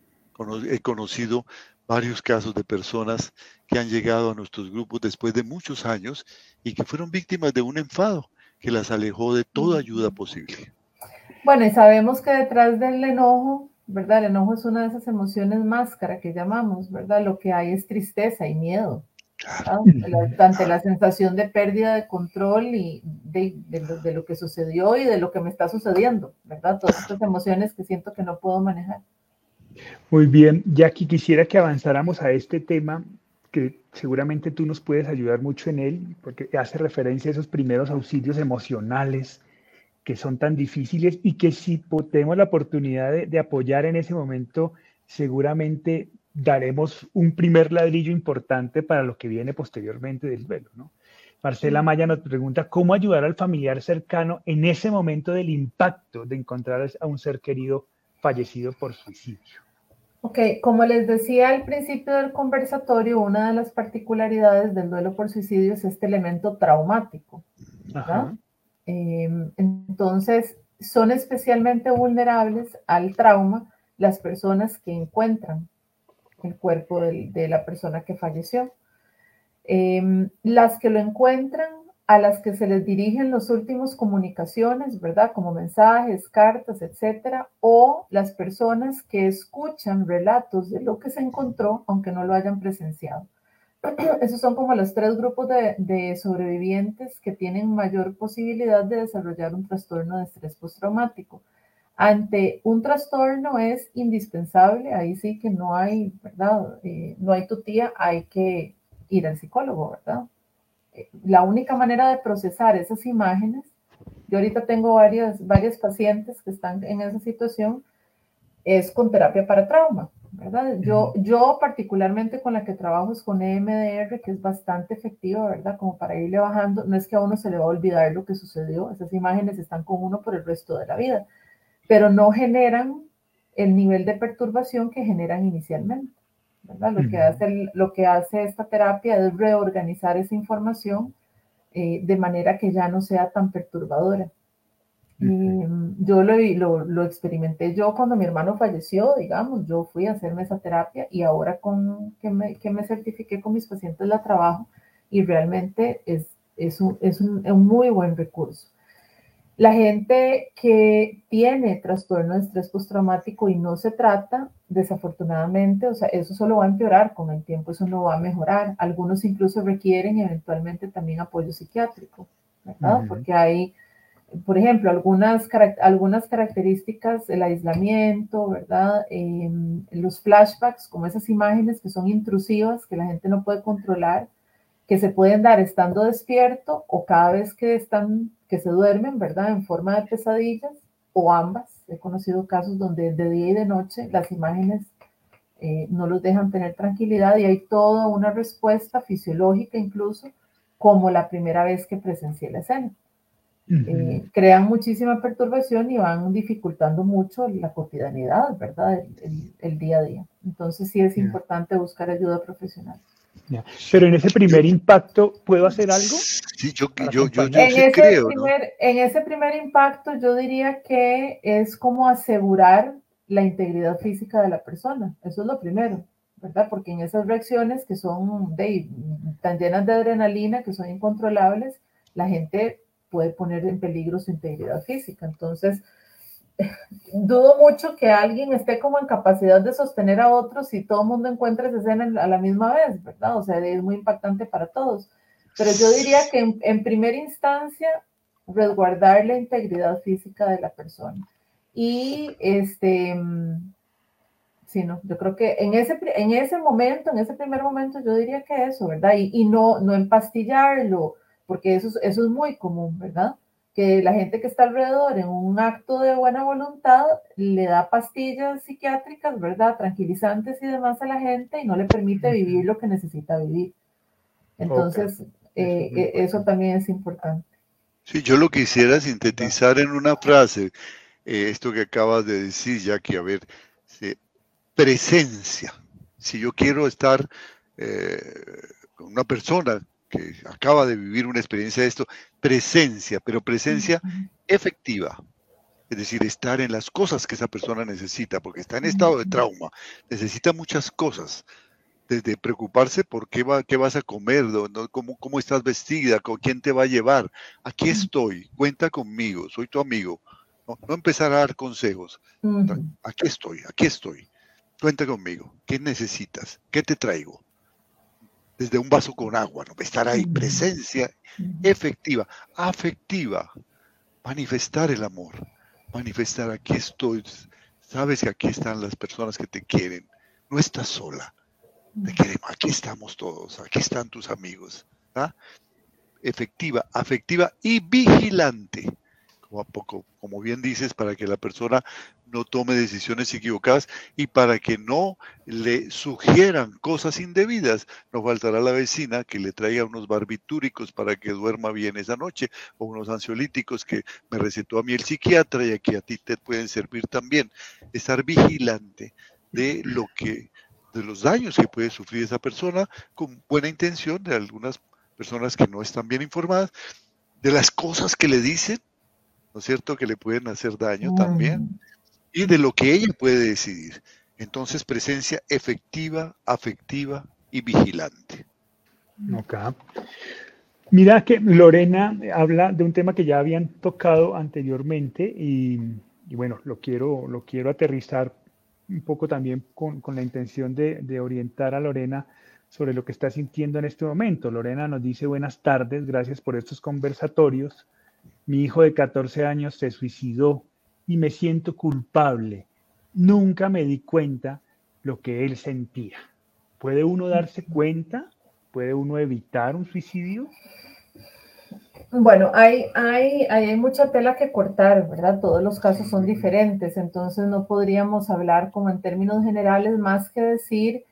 He conocido varios casos de personas que han llegado a nuestros grupos después de muchos años y que fueron víctimas de un enfado que las alejó de toda ayuda posible. Bueno, y sabemos que detrás del enojo, ¿verdad? El enojo es una de esas emociones máscara que llamamos, ¿verdad? Lo que hay es tristeza y miedo. Claro. La, ante la sensación de pérdida de control y de, de, lo, de lo que sucedió y de lo que me está sucediendo, ¿verdad? Todas estas emociones que siento que no puedo manejar. Muy bien, Jackie, quisiera que avanzáramos a este tema que seguramente tú nos puedes ayudar mucho en él, porque hace referencia a esos primeros auxilios emocionales que son tan difíciles y que si po- tenemos la oportunidad de, de apoyar en ese momento, seguramente daremos un primer ladrillo importante para lo que viene posteriormente del duelo, ¿no? Marcela Maya nos pregunta, ¿cómo ayudar al familiar cercano en ese momento del impacto de encontrar a un ser querido fallecido por suicidio? Ok, como les decía al principio del conversatorio, una de las particularidades del duelo por suicidio es este elemento traumático, ¿verdad? Ajá. Eh, entonces, son especialmente vulnerables al trauma las personas que encuentran el cuerpo de, de la persona que falleció. Eh, las que lo encuentran, a las que se les dirigen los últimos comunicaciones, ¿verdad? Como mensajes, cartas, etcétera, o las personas que escuchan relatos de lo que se encontró, aunque no lo hayan presenciado. Esos son como los tres grupos de, de sobrevivientes que tienen mayor posibilidad de desarrollar un trastorno de estrés postraumático. Ante un trastorno es indispensable, ahí sí que no hay, ¿verdad? Eh, no hay tutía, hay que ir al psicólogo, ¿verdad? La única manera de procesar esas imágenes, yo ahorita tengo varias, varias pacientes que están en esa situación, es con terapia para trauma, ¿verdad? Yo, yo particularmente con la que trabajo es con E M D R, que es bastante efectiva, ¿verdad? Como para irle bajando, no es que a uno se le va a olvidar lo que sucedió, esas imágenes están con uno por el resto de la vida, pero no generan el nivel de perturbación que generan inicialmente, ¿verdad? Lo, uh-huh. que hace, lo que hace esta terapia es reorganizar esa información eh, de manera que ya no sea tan perturbadora. Uh-huh. Y yo lo, lo, lo experimenté yo cuando mi hermano falleció, digamos, yo fui a hacerme esa terapia y ahora con que me, que me certifiqué con mis pacientes la trabajo y realmente es, es, un, es un, un muy buen recurso. La gente que tiene trastorno de estrés postraumático y no se trata, desafortunadamente, o sea, eso solo va a empeorar con el tiempo, eso no va a mejorar. Algunos incluso requieren eventualmente también apoyo psiquiátrico, ¿verdad? Uh-huh. Porque hay, por ejemplo, algunas, algunas características, el aislamiento, ¿verdad? Eh, los flashbacks, como esas imágenes que son intrusivas, que la gente no puede controlar, que se pueden dar estando despierto o cada vez que están, que se duermen, ¿verdad? En forma de pesadillas o ambas. He conocido casos donde de día y de noche las imágenes eh, no los dejan tener tranquilidad y hay toda una respuesta fisiológica incluso como la primera vez que presencié la escena. Uh-huh. Eh, crean muchísima perturbación y van dificultando mucho la cotidianidad, ¿verdad? El, el, el día a día. Entonces sí es yeah. importante buscar ayuda profesional. Yeah. Pero en ese primer impacto, ¿puedo hacer algo? Sí, yo, yo, yo, yo en sí ese creo, primer, ¿no? En ese primer impacto yo diría que es como asegurar la integridad física de la persona. Eso es lo primero, ¿verdad? Porque en esas reacciones que son de, tan llenas de adrenalina, que son incontrolables, la gente puede poner en peligro su integridad física. Entonces, dudo mucho que alguien esté como en capacidad de sostener a otros si todo el mundo encuentra esa escena a la misma vez, ¿verdad? O sea, es muy impactante para todos. Pero yo diría que en, en primera instancia, resguardar la integridad física de la persona. Y este, sí, no, yo creo que en ese, en ese momento, en ese primer momento, yo diría que eso, ¿verdad? Y, y no, no empastillarlo, porque eso, eso es muy común, ¿verdad? Que la gente que está alrededor en un acto de buena voluntad le da pastillas psiquiátricas, ¿verdad? Tranquilizantes y demás a la gente y no le permite vivir lo que necesita vivir. Entonces, okay. eh, eso, eso también es importante. Sí, yo lo quisiera sintetizar en una frase, eh, esto que acabas de decir, Jackie, a ver, sí, presencia. Si yo quiero estar eh, con una persona que acaba de vivir una experiencia de esto, presencia, pero presencia uh-huh. efectiva. Es decir, estar en las cosas que esa persona necesita, porque está en estado de trauma, necesita muchas cosas, desde preocuparse por qué, va, qué vas a comer, ¿no? cómo, cómo estás vestida, con quién te va a llevar. Aquí estoy, cuenta conmigo, soy tu amigo. No, no empezar a dar consejos. Uh-huh. Aquí estoy, aquí estoy. Cuenta conmigo. ¿Qué necesitas? ¿Qué te traigo? Desde un vaso con agua, ¿no? Estar ahí, presencia efectiva, afectiva, manifestar el amor, manifestar aquí estoy, sabes que aquí están las personas que te quieren, no estás sola, te queremos, aquí estamos todos, aquí están tus amigos, ¿ah? Efectiva, afectiva y vigilante, como, a poco, como bien dices, para que la persona no tome decisiones equivocadas y para que no le sugieran cosas indebidas. No faltará la vecina que le traiga unos barbitúricos para que duerma bien esa noche, o unos ansiolíticos que me recetó a mí el psiquiatra y que a ti te pueden servir también. Estar vigilante de lo que, de los daños que puede sufrir esa persona, con buena intención de algunas personas que no están bien informadas, de las cosas que le dicen, ¿no es cierto?, que le pueden hacer daño también, y de lo que ella puede decidir. Entonces, presencia efectiva, afectiva y vigilante. Ok. Mira que Lorena habla de un tema que ya habían tocado anteriormente y, y bueno, lo quiero, lo quiero aterrizar un poco también con, con la intención de, de orientar a Lorena sobre lo que está sintiendo en este momento. Lorena nos dice: buenas tardes, gracias por estos conversatorios. Mi hijo de catorce años se suicidó y me siento culpable. Nunca me di cuenta lo que él sentía. ¿Puede uno darse cuenta? ¿Puede uno evitar un suicidio? Bueno, hay, hay, hay mucha tela que cortar, ¿verdad? Todos los casos son diferentes, entonces no podríamos hablar como en términos generales, más que decir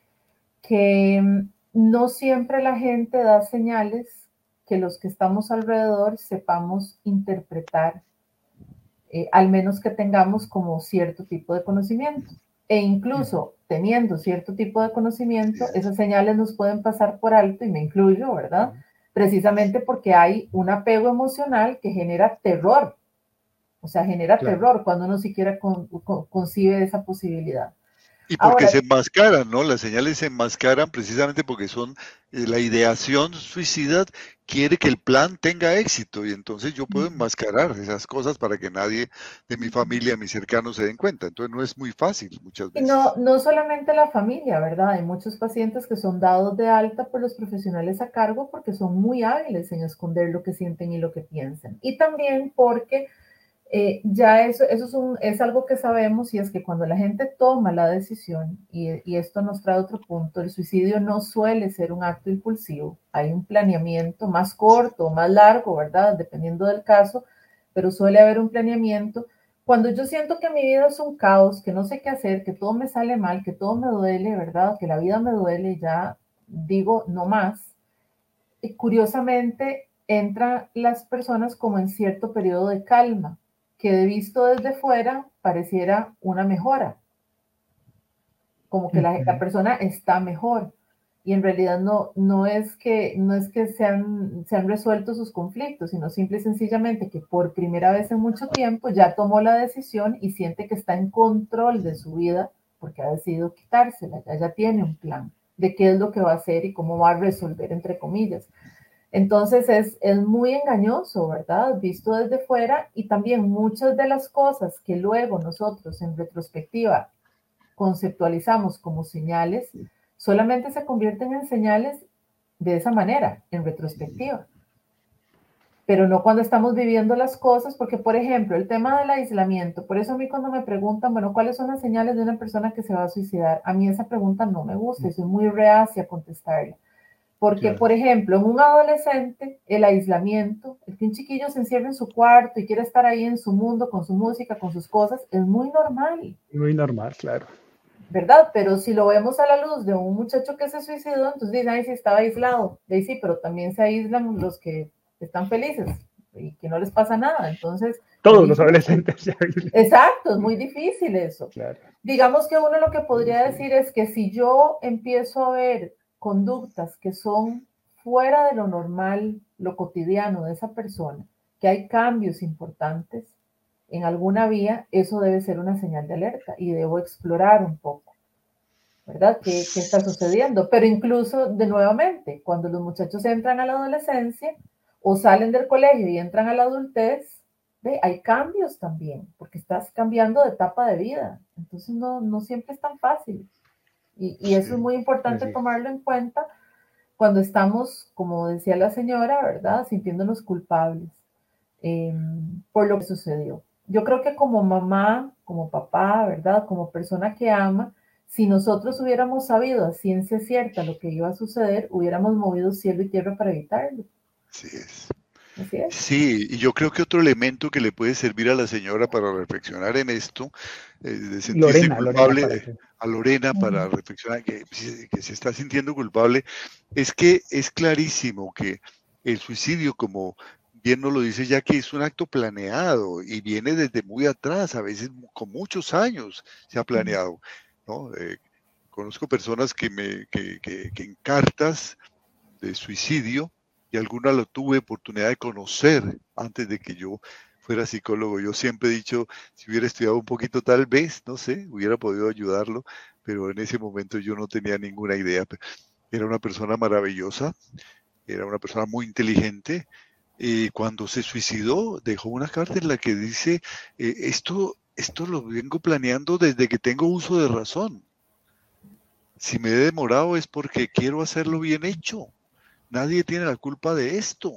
que no siempre la gente da señales que los que estamos alrededor sepamos interpretar, eh, al menos que tengamos como cierto tipo de conocimiento. E incluso teniendo cierto tipo de conocimiento, esas señales nos pueden pasar por alto, y me incluyo, ¿verdad? Precisamente porque hay un apego emocional que genera terror. O sea, genera claro. terror cuando uno siquiera con, con, concibe esa posibilidad. Y porque Ahora, se enmascaran, ¿no? Las señales se enmascaran precisamente porque son, eh, la ideación suicida quiere que el plan tenga éxito, y entonces yo puedo enmascarar esas cosas para que nadie de mi familia, mis cercanos, se den cuenta. Entonces no es muy fácil muchas veces. Y no, no solamente la familia, ¿verdad? Hay muchos pacientes que son dados de alta por los profesionales a cargo porque son muy hábiles en esconder lo que sienten y lo que piensan. Y también porque Eh, ya eso, eso es, un, es algo que sabemos, y es que cuando la gente toma la decisión, y, y esto nos trae otro punto, el suicidio no suele ser un acto impulsivo, hay un planeamiento más corto o más largo, ¿verdad? Dependiendo del caso, pero suele haber un planeamiento. Cuando yo siento que mi vida es un caos, que no sé qué hacer, que todo me sale mal, que todo me duele, ¿verdad? Que la vida me duele, ya digo no más. Y curiosamente entran las personas como en cierto periodo de calma, que de visto desde fuera pareciera una mejora, como que la, la persona está mejor, y en realidad no, no es que, no es que se han, se han resuelto sus conflictos, sino simple y sencillamente que por primera vez en mucho tiempo ya tomó la decisión y siente que está en control de su vida porque ha decidido quitársela, ya, ya tiene un plan de qué es lo que va a hacer y cómo va a resolver, entre comillas. Entonces es, es muy engañoso, ¿verdad? Visto desde fuera, y también muchas de las cosas que luego nosotros en retrospectiva conceptualizamos como señales, solamente se convierten en señales de esa manera, en retrospectiva. Pero no cuando estamos viviendo las cosas, porque por ejemplo, el tema del aislamiento, por eso a mí cuando me preguntan, bueno, ¿cuáles son las señales de una persona que se va a suicidar? A mí esa pregunta no me gusta, y soy muy reacia a contestarla. Porque, claro, por ejemplo, en un adolescente, el aislamiento, el que un chiquillo se encierra en su cuarto y quiere estar ahí en su mundo, con su música, con sus cosas, es muy normal. Muy normal, claro. ¿Verdad? Pero si lo vemos a la luz de un muchacho que se suicidó, entonces dicen, ay, sí, estaba aislado. Y sí, pero también se aíslan los que están felices y que no les pasa nada. Entonces, todos los adolescentes se aíslan. Exacto, es muy difícil eso. Claro. Digamos que uno lo que podría decir es que si yo empiezo a ver conductas que son fuera de lo normal, lo cotidiano de esa persona, que hay cambios importantes en alguna vía, eso debe ser una señal de alerta y debo explorar un poco, ¿verdad? ¿Qué, qué está sucediendo? Pero incluso, de nuevamente, cuando los muchachos entran a la adolescencia o salen del colegio y entran a la adultez, ¿ve? Hay cambios también, porque estás cambiando de etapa de vida. Entonces no, no siempre es tan fácil. Y, y eso sí, es muy importante sí. tomarlo en cuenta cuando estamos, como decía la señora, ¿verdad? Sintiéndonos culpables eh, por lo que sucedió. Yo creo que como mamá, como papá, ¿verdad? Como persona que ama, si nosotros hubiéramos sabido a ciencia cierta lo que iba a suceder, hubiéramos movido cielo y tierra para evitarlo. Así es. Así es. Sí, y yo creo que otro elemento que le puede servir a la señora para reflexionar en esto, eh, de sentirse Lorena, Lorena, culpable, para eh, que. a Lorena para Ujú. reflexionar que, si- que se está sintiendo culpable, es que es clarísimo que el suicidio, como bien nos lo dice Jackie, es un acto planeado y viene desde muy atrás, a veces con muchos años se ha planeado, ¿no? Eh, conozco personas que, me, que, que, que en cartas de suicidio, y alguna lo tuve oportunidad de conocer antes de que yo fuera psicólogo. Yo siempre he dicho, si hubiera estudiado un poquito tal vez, no sé, hubiera podido ayudarlo, pero en ese momento yo no tenía ninguna idea. Era una persona maravillosa, era una persona muy inteligente, y cuando se suicidó dejó una carta en la que dice, eh, esto, esto lo vengo planeando desde que tengo uso de razón. Si me he demorado es porque quiero hacerlo bien hecho. Nadie tiene la culpa de esto.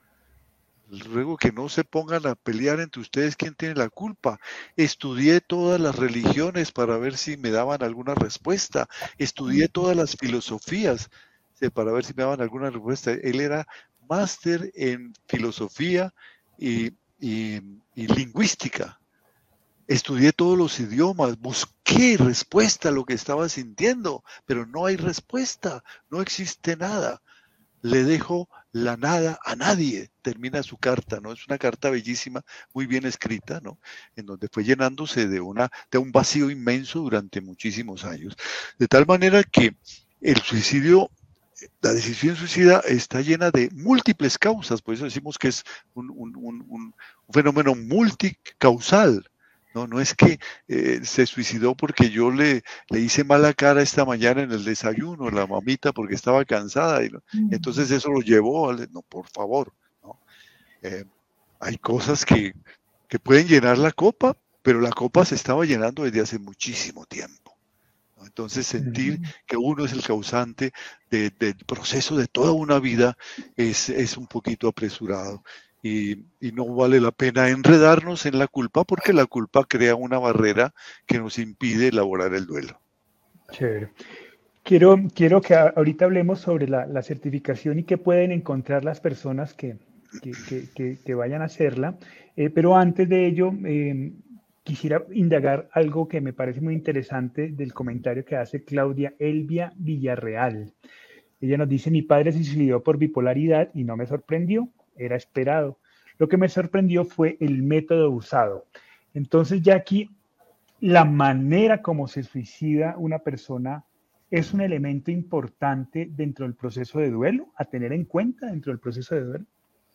Ruego que no se pongan a pelear entre ustedes quién tiene la culpa. Estudié todas las religiones para ver si me daban alguna respuesta. Estudié todas las filosofías para ver si me daban alguna respuesta. Él era máster en filosofía y, y, y lingüística. Estudié todos los idiomas, busqué respuesta a lo que estaba sintiendo, pero no hay respuesta, no existe nada. Le dejo la nada a nadie, termina su carta, ¿no? Es una carta bellísima, muy bien escrita, ¿no? En donde fue llenándose de, una, de un vacío inmenso durante muchísimos años. De tal manera que el suicidio, la decisión suicida está llena de múltiples causas, por eso decimos que es un, un, un, un fenómeno multicausal. No, no es que eh, se suicidó porque yo le, le hice mala cara esta mañana en el desayuno, la mamita, porque estaba cansada. Y, entonces eso lo llevó, a, no, por favor. ¿No? Eh, hay cosas que, que pueden llenar la copa, pero la copa se estaba llenando desde hace muchísimo tiempo. ¿No? Entonces sentir que uno es el causante de, del proceso de toda una vida es, es un poquito apresurado. Y, y no vale la pena enredarnos en la culpa porque la culpa crea una barrera que nos impide elaborar el duelo. Chévere. Quiero, quiero que ahorita hablemos sobre la, la certificación y qué pueden encontrar las personas que, que, que, que, que vayan a hacerla, eh, pero antes de ello eh, quisiera indagar algo que me parece muy interesante del comentario que hace Claudia Elvia Villarreal. Ella nos dice, mi padre se suicidó por bipolaridad y no me sorprendió, era esperado. Lo que me sorprendió fue el método usado. Entonces ya aquí la manera como se suicida una persona es un elemento importante dentro del proceso de duelo, a tener en cuenta dentro del proceso de duelo.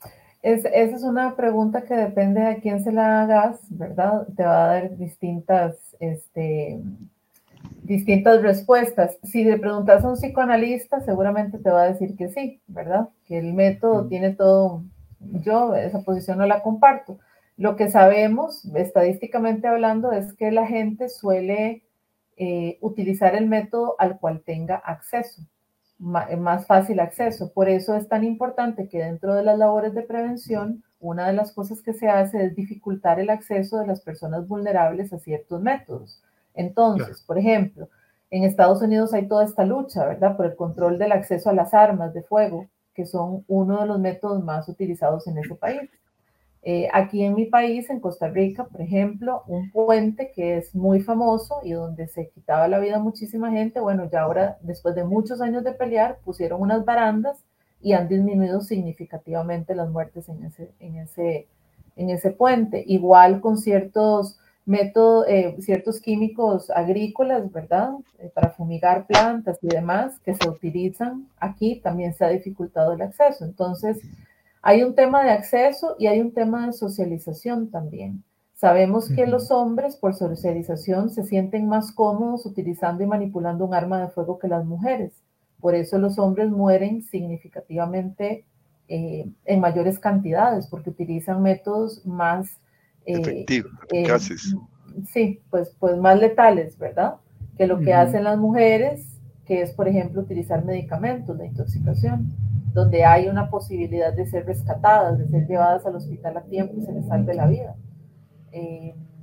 Es, esa es una pregunta que depende de a quién se la hagas, ¿verdad? Te va a dar distintas, este, distintas respuestas. Si le preguntas a un psicoanalista, seguramente te va a decir que sí, ¿verdad? Que el método tiene todo. Yo esa posición no la comparto. Lo que sabemos, estadísticamente hablando, es que la gente suele eh, utilizar el método al cual tenga acceso, más fácil acceso. Por eso es tan importante que dentro de las labores de prevención, una de las cosas que se hace es dificultar el acceso de las personas vulnerables a ciertos métodos. Entonces, claro. Por ejemplo, en Estados Unidos hay toda esta lucha, ¿verdad?, por el control del acceso a las armas de fuego, que son uno de los métodos más utilizados en ese país. Eh, aquí en mi país, en Costa Rica, por ejemplo, un puente que es muy famoso y donde se quitaba la vida a muchísima gente, bueno, ya ahora, después de muchos años de pelear, pusieron unas barandas y han disminuido significativamente las muertes en ese, en ese, en ese puente. Igual con ciertos métodos, eh, ciertos químicos agrícolas, ¿verdad?, eh, para fumigar plantas y demás que se utilizan aquí, también se ha dificultado el acceso. Entonces, hay un tema de acceso y hay un tema de socialización también. Sabemos que los hombres, por socialización, se sienten más cómodos utilizando y manipulando un arma de fuego que las mujeres. Por eso los hombres mueren significativamente eh, en mayores cantidades, porque utilizan métodos más eh, efectivos, eficaces. Eh, sí, pues, pues más letales, ¿verdad?, que lo que uh-huh. hacen las mujeres, que es, por ejemplo, utilizar medicamentos de intoxicación, donde hay una posibilidad de ser rescatadas, de ser llevadas al hospital a tiempo y se les salve la vida. Eh,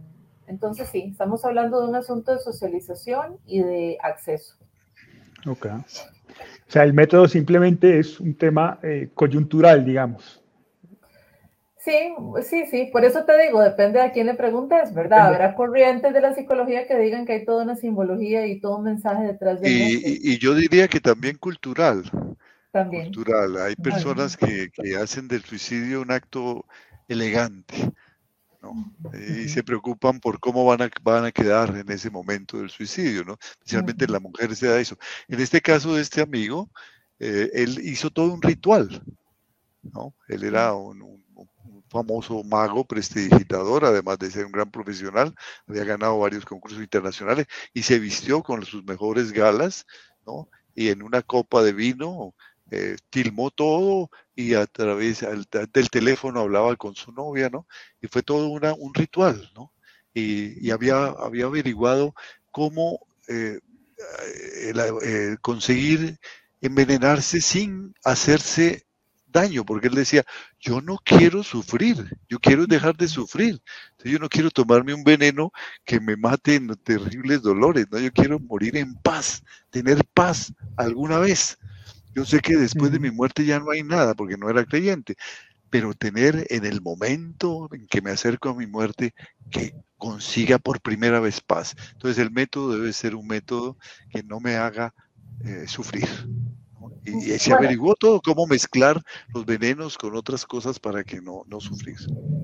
Entonces sí, estamos hablando de un asunto de socialización y de acceso. Ok. O sea, el método simplemente es un tema eh, coyuntural, digamos. Sí, sí, sí, por eso te digo, depende de a quién le preguntes, ¿verdad? Depende. Habrá corrientes de la psicología que digan que hay toda una simbología y todo un mensaje detrás del y, método. Y, y yo diría que también cultural. También. Cultural. Hay personas que, que hacen del suicidio un acto elegante, ¿no? Y se preocupan por cómo van a, van a quedar en ese momento del suicidio, ¿no? Especialmente uh-huh. La mujer se da eso. En este caso de este amigo, eh, él hizo todo un ritual, ¿no? Él era un, un, un famoso mago prestidigitador, además de ser un gran profesional, había ganado varios concursos internacionales y se vistió con sus mejores galas, ¿no? Y en una copa de vino eh, tilmó todo y a través al, del teléfono hablaba con su novia, ¿no? Y fue todo una, un ritual, ¿no? Y, y había, había averiguado cómo eh, eh, eh, conseguir envenenarse sin hacerse daño, porque él decía, yo no quiero sufrir, yo quiero dejar de sufrir, yo no quiero tomarme un veneno que me mate en terribles dolores, no, yo quiero morir en paz, tener paz alguna vez. Yo sé que después de mi muerte ya no hay nada, porque no era creyente, pero tener en el momento en que me acerco a mi muerte, que consiga por primera vez paz. Entonces el método debe ser un método que no me haga eh, sufrir. Y, y se bueno. averiguó todo, cómo mezclar los venenos con otras cosas para que no, no sufrir.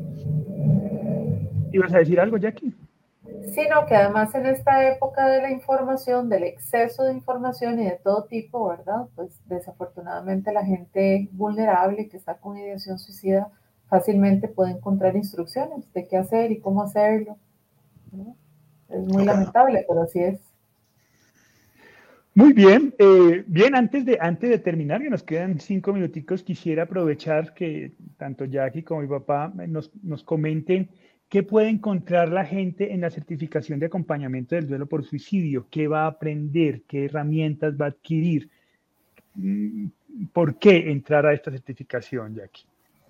¿Ibas a decir algo, Jackie? Sino que además en esta época de la información, del exceso de información y de todo tipo, ¿verdad? Pues desafortunadamente la gente vulnerable que está con ideación suicida fácilmente puede encontrar instrucciones de qué hacer y cómo hacerlo, ¿no? Es muy lamentable, pero así es. Muy bien, eh, bien, antes de, antes de terminar, que nos quedan cinco minuticos, quisiera aprovechar que tanto Jackie como mi papá nos, nos comenten qué puede encontrar la gente en la certificación de acompañamiento del duelo por suicidio, qué va a aprender, qué herramientas va a adquirir, ¿por qué entrar a esta certificación, Jackie?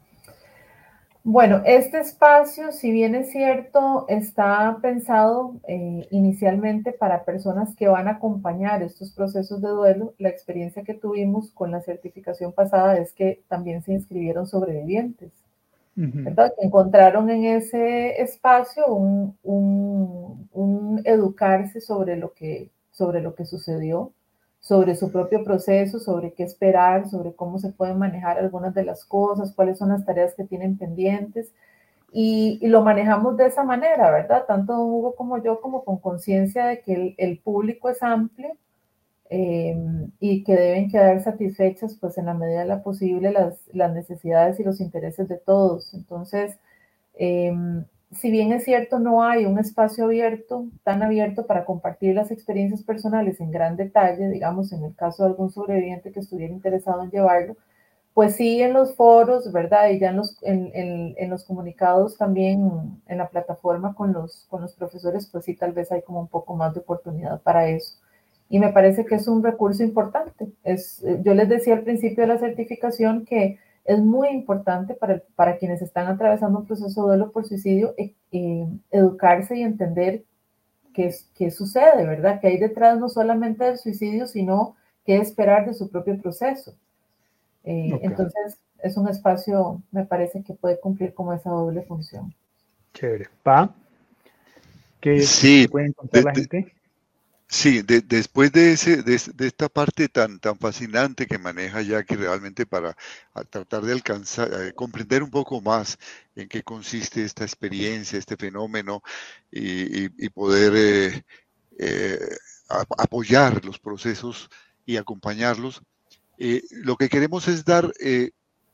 Bueno, este espacio, si bien es cierto, está pensado eh, inicialmente para personas que van a acompañar estos procesos de duelo. La experiencia que tuvimos con la certificación pasada es que también se inscribieron sobrevivientes, uh-huh. ¿verdad? Que encontraron en ese espacio un, un, un educarse sobre lo que, sobre lo que sucedió, sobre su propio proceso, sobre qué esperar, sobre cómo se pueden manejar algunas de las cosas, cuáles son las tareas que tienen pendientes, y, y lo manejamos de esa manera, ¿verdad? Tanto don Hugo como yo, como con conciencia de que el, el público es amplio eh, y que deben quedar satisfechas, pues en la medida de la posible, las, las necesidades y los intereses de todos. Entonces, eh, si bien es cierto, no hay un espacio abierto, tan abierto para compartir las experiencias personales en gran detalle, digamos, en el caso de algún sobreviviente que estuviera interesado en llevarlo, pues sí en los foros, ¿verdad? Y ya en los, en, en, en los comunicados también en la plataforma con los, con los profesores, pues sí, tal vez hay como un poco más de oportunidad para eso. Y me parece que es un recurso importante. Es, yo les decía al principio de la certificación que es muy importante para, para quienes están atravesando un proceso de duelo por suicidio eh, eh, educarse y entender qué, qué sucede, ¿verdad? Que hay detrás no solamente del suicidio, sino qué esperar de su propio proceso. Eh, okay. Entonces, es un espacio, me parece que puede cumplir como esa doble función. Chévere. ¿Pa? ¿Qué, sí, ¿qué puede encontrar de, la gente? De... Sí, de, después de, ese, de, de esta parte tan, tan fascinante que maneja Jackie realmente para tratar de alcanzar, eh, comprender un poco más en qué consiste esta experiencia, este fenómeno y, y, y poder eh, eh, a, apoyar los procesos y acompañarlos, eh, lo que queremos es dar eh,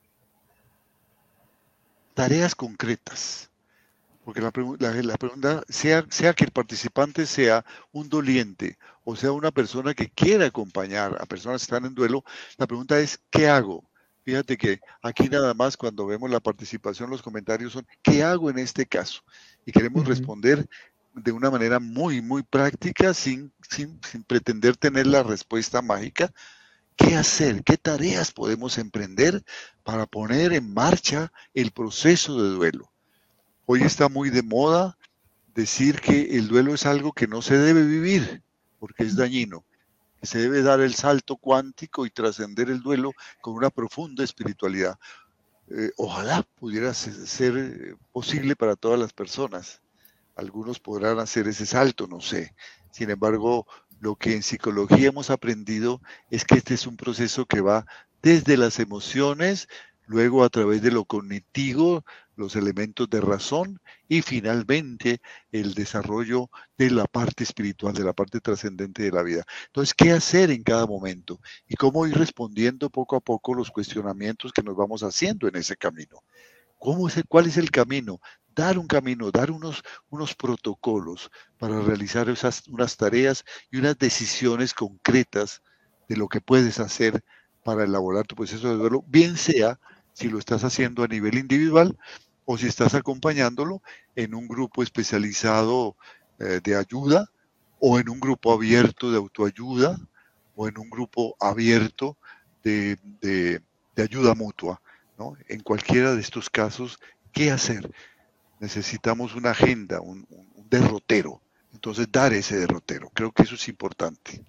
tareas concretas. Porque la, la, la pregunta, sea, sea que el participante sea un doliente o sea una persona que quiera acompañar a personas que están en duelo, la pregunta es, ¿qué hago? Fíjate que aquí nada más cuando vemos la participación, los comentarios son, ¿qué hago en este caso? Y queremos uh-huh. responder de una manera muy, muy práctica, sin, sin, sin pretender tener la respuesta mágica. ¿Qué hacer? ¿Qué tareas podemos emprender para poner en marcha el proceso de duelo? Hoy está muy de moda decir que el duelo es algo que no se debe vivir porque es dañino, que se debe dar el salto cuántico y trascender el duelo con una profunda espiritualidad. Eh, ojalá pudiera ser posible para todas las personas. Algunos podrán hacer ese salto, no sé. Sin embargo, lo que en psicología hemos aprendido es que este es un proceso que va desde las emociones, luego a través de lo cognitivo, los elementos de razón y finalmente el desarrollo de la parte espiritual, de la parte trascendente de la vida. Entonces, ¿qué hacer en cada momento? Y cómo ir respondiendo poco a poco los cuestionamientos que nos vamos haciendo en ese camino. ¿Cómo es el, ¿Cuál es el camino? Dar un camino, dar unos, unos protocolos para realizar esas, unas tareas y unas decisiones concretas de lo que puedes hacer para elaborar tu proceso de duelo, bien sea si lo estás haciendo a nivel individual o si estás acompañándolo en un grupo especializado eh, de ayuda o en un grupo abierto de autoayuda o en un grupo abierto de, de, de ayuda mutua, ¿no? En cualquiera de estos casos, ¿qué hacer? Necesitamos una agenda, un, un derrotero. Entonces, dar ese derrotero. Creo que eso es importante.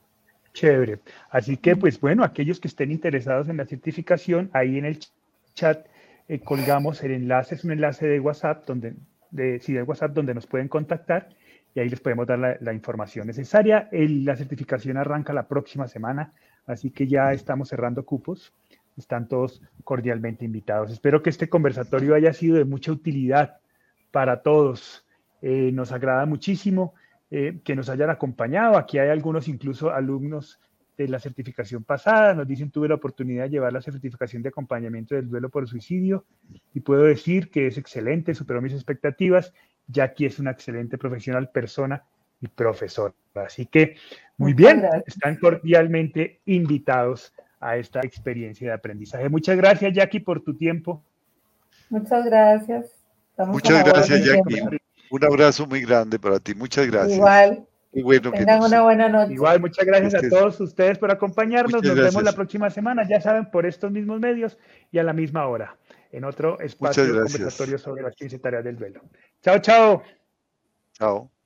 Chévere. Así que, pues bueno, aquellos que estén interesados en la certificación, ahí en el chat eh, colgamos el enlace, es un enlace de WhatsApp, donde, de, sí, de WhatsApp donde nos pueden contactar y ahí les podemos dar la, la información necesaria. El, la certificación arranca la próxima semana, así que ya estamos cerrando cupos. Están todos cordialmente invitados. Espero que este conversatorio haya sido de mucha utilidad para todos. Eh, nos agrada muchísimo eh, que nos hayan acompañado. Aquí hay algunos incluso alumnos de la certificación pasada. Nos dicen, tuve la oportunidad de llevar la certificación de acompañamiento del duelo por suicidio y puedo decir que es excelente, superó mis expectativas. Jackie es una excelente profesional, persona y profesora. Así que, muy bien, están cordialmente invitados a esta experiencia de aprendizaje. Muchas gracias, Jackie, por tu tiempo. Muchas gracias. Estamos Muchas gracias, Jackie. Tiempo. Un abrazo muy grande para ti. Muchas gracias. Igual. Qué bueno Tengan que una buena noche. Igual, muchas gracias este a todos ustedes por acompañarnos. Nos gracias. vemos la próxima semana, ya saben, por estos mismos medios y a la misma hora, en otro espacio conversatorio sobre las quince tareas del duelo. Chao, chao. Chao.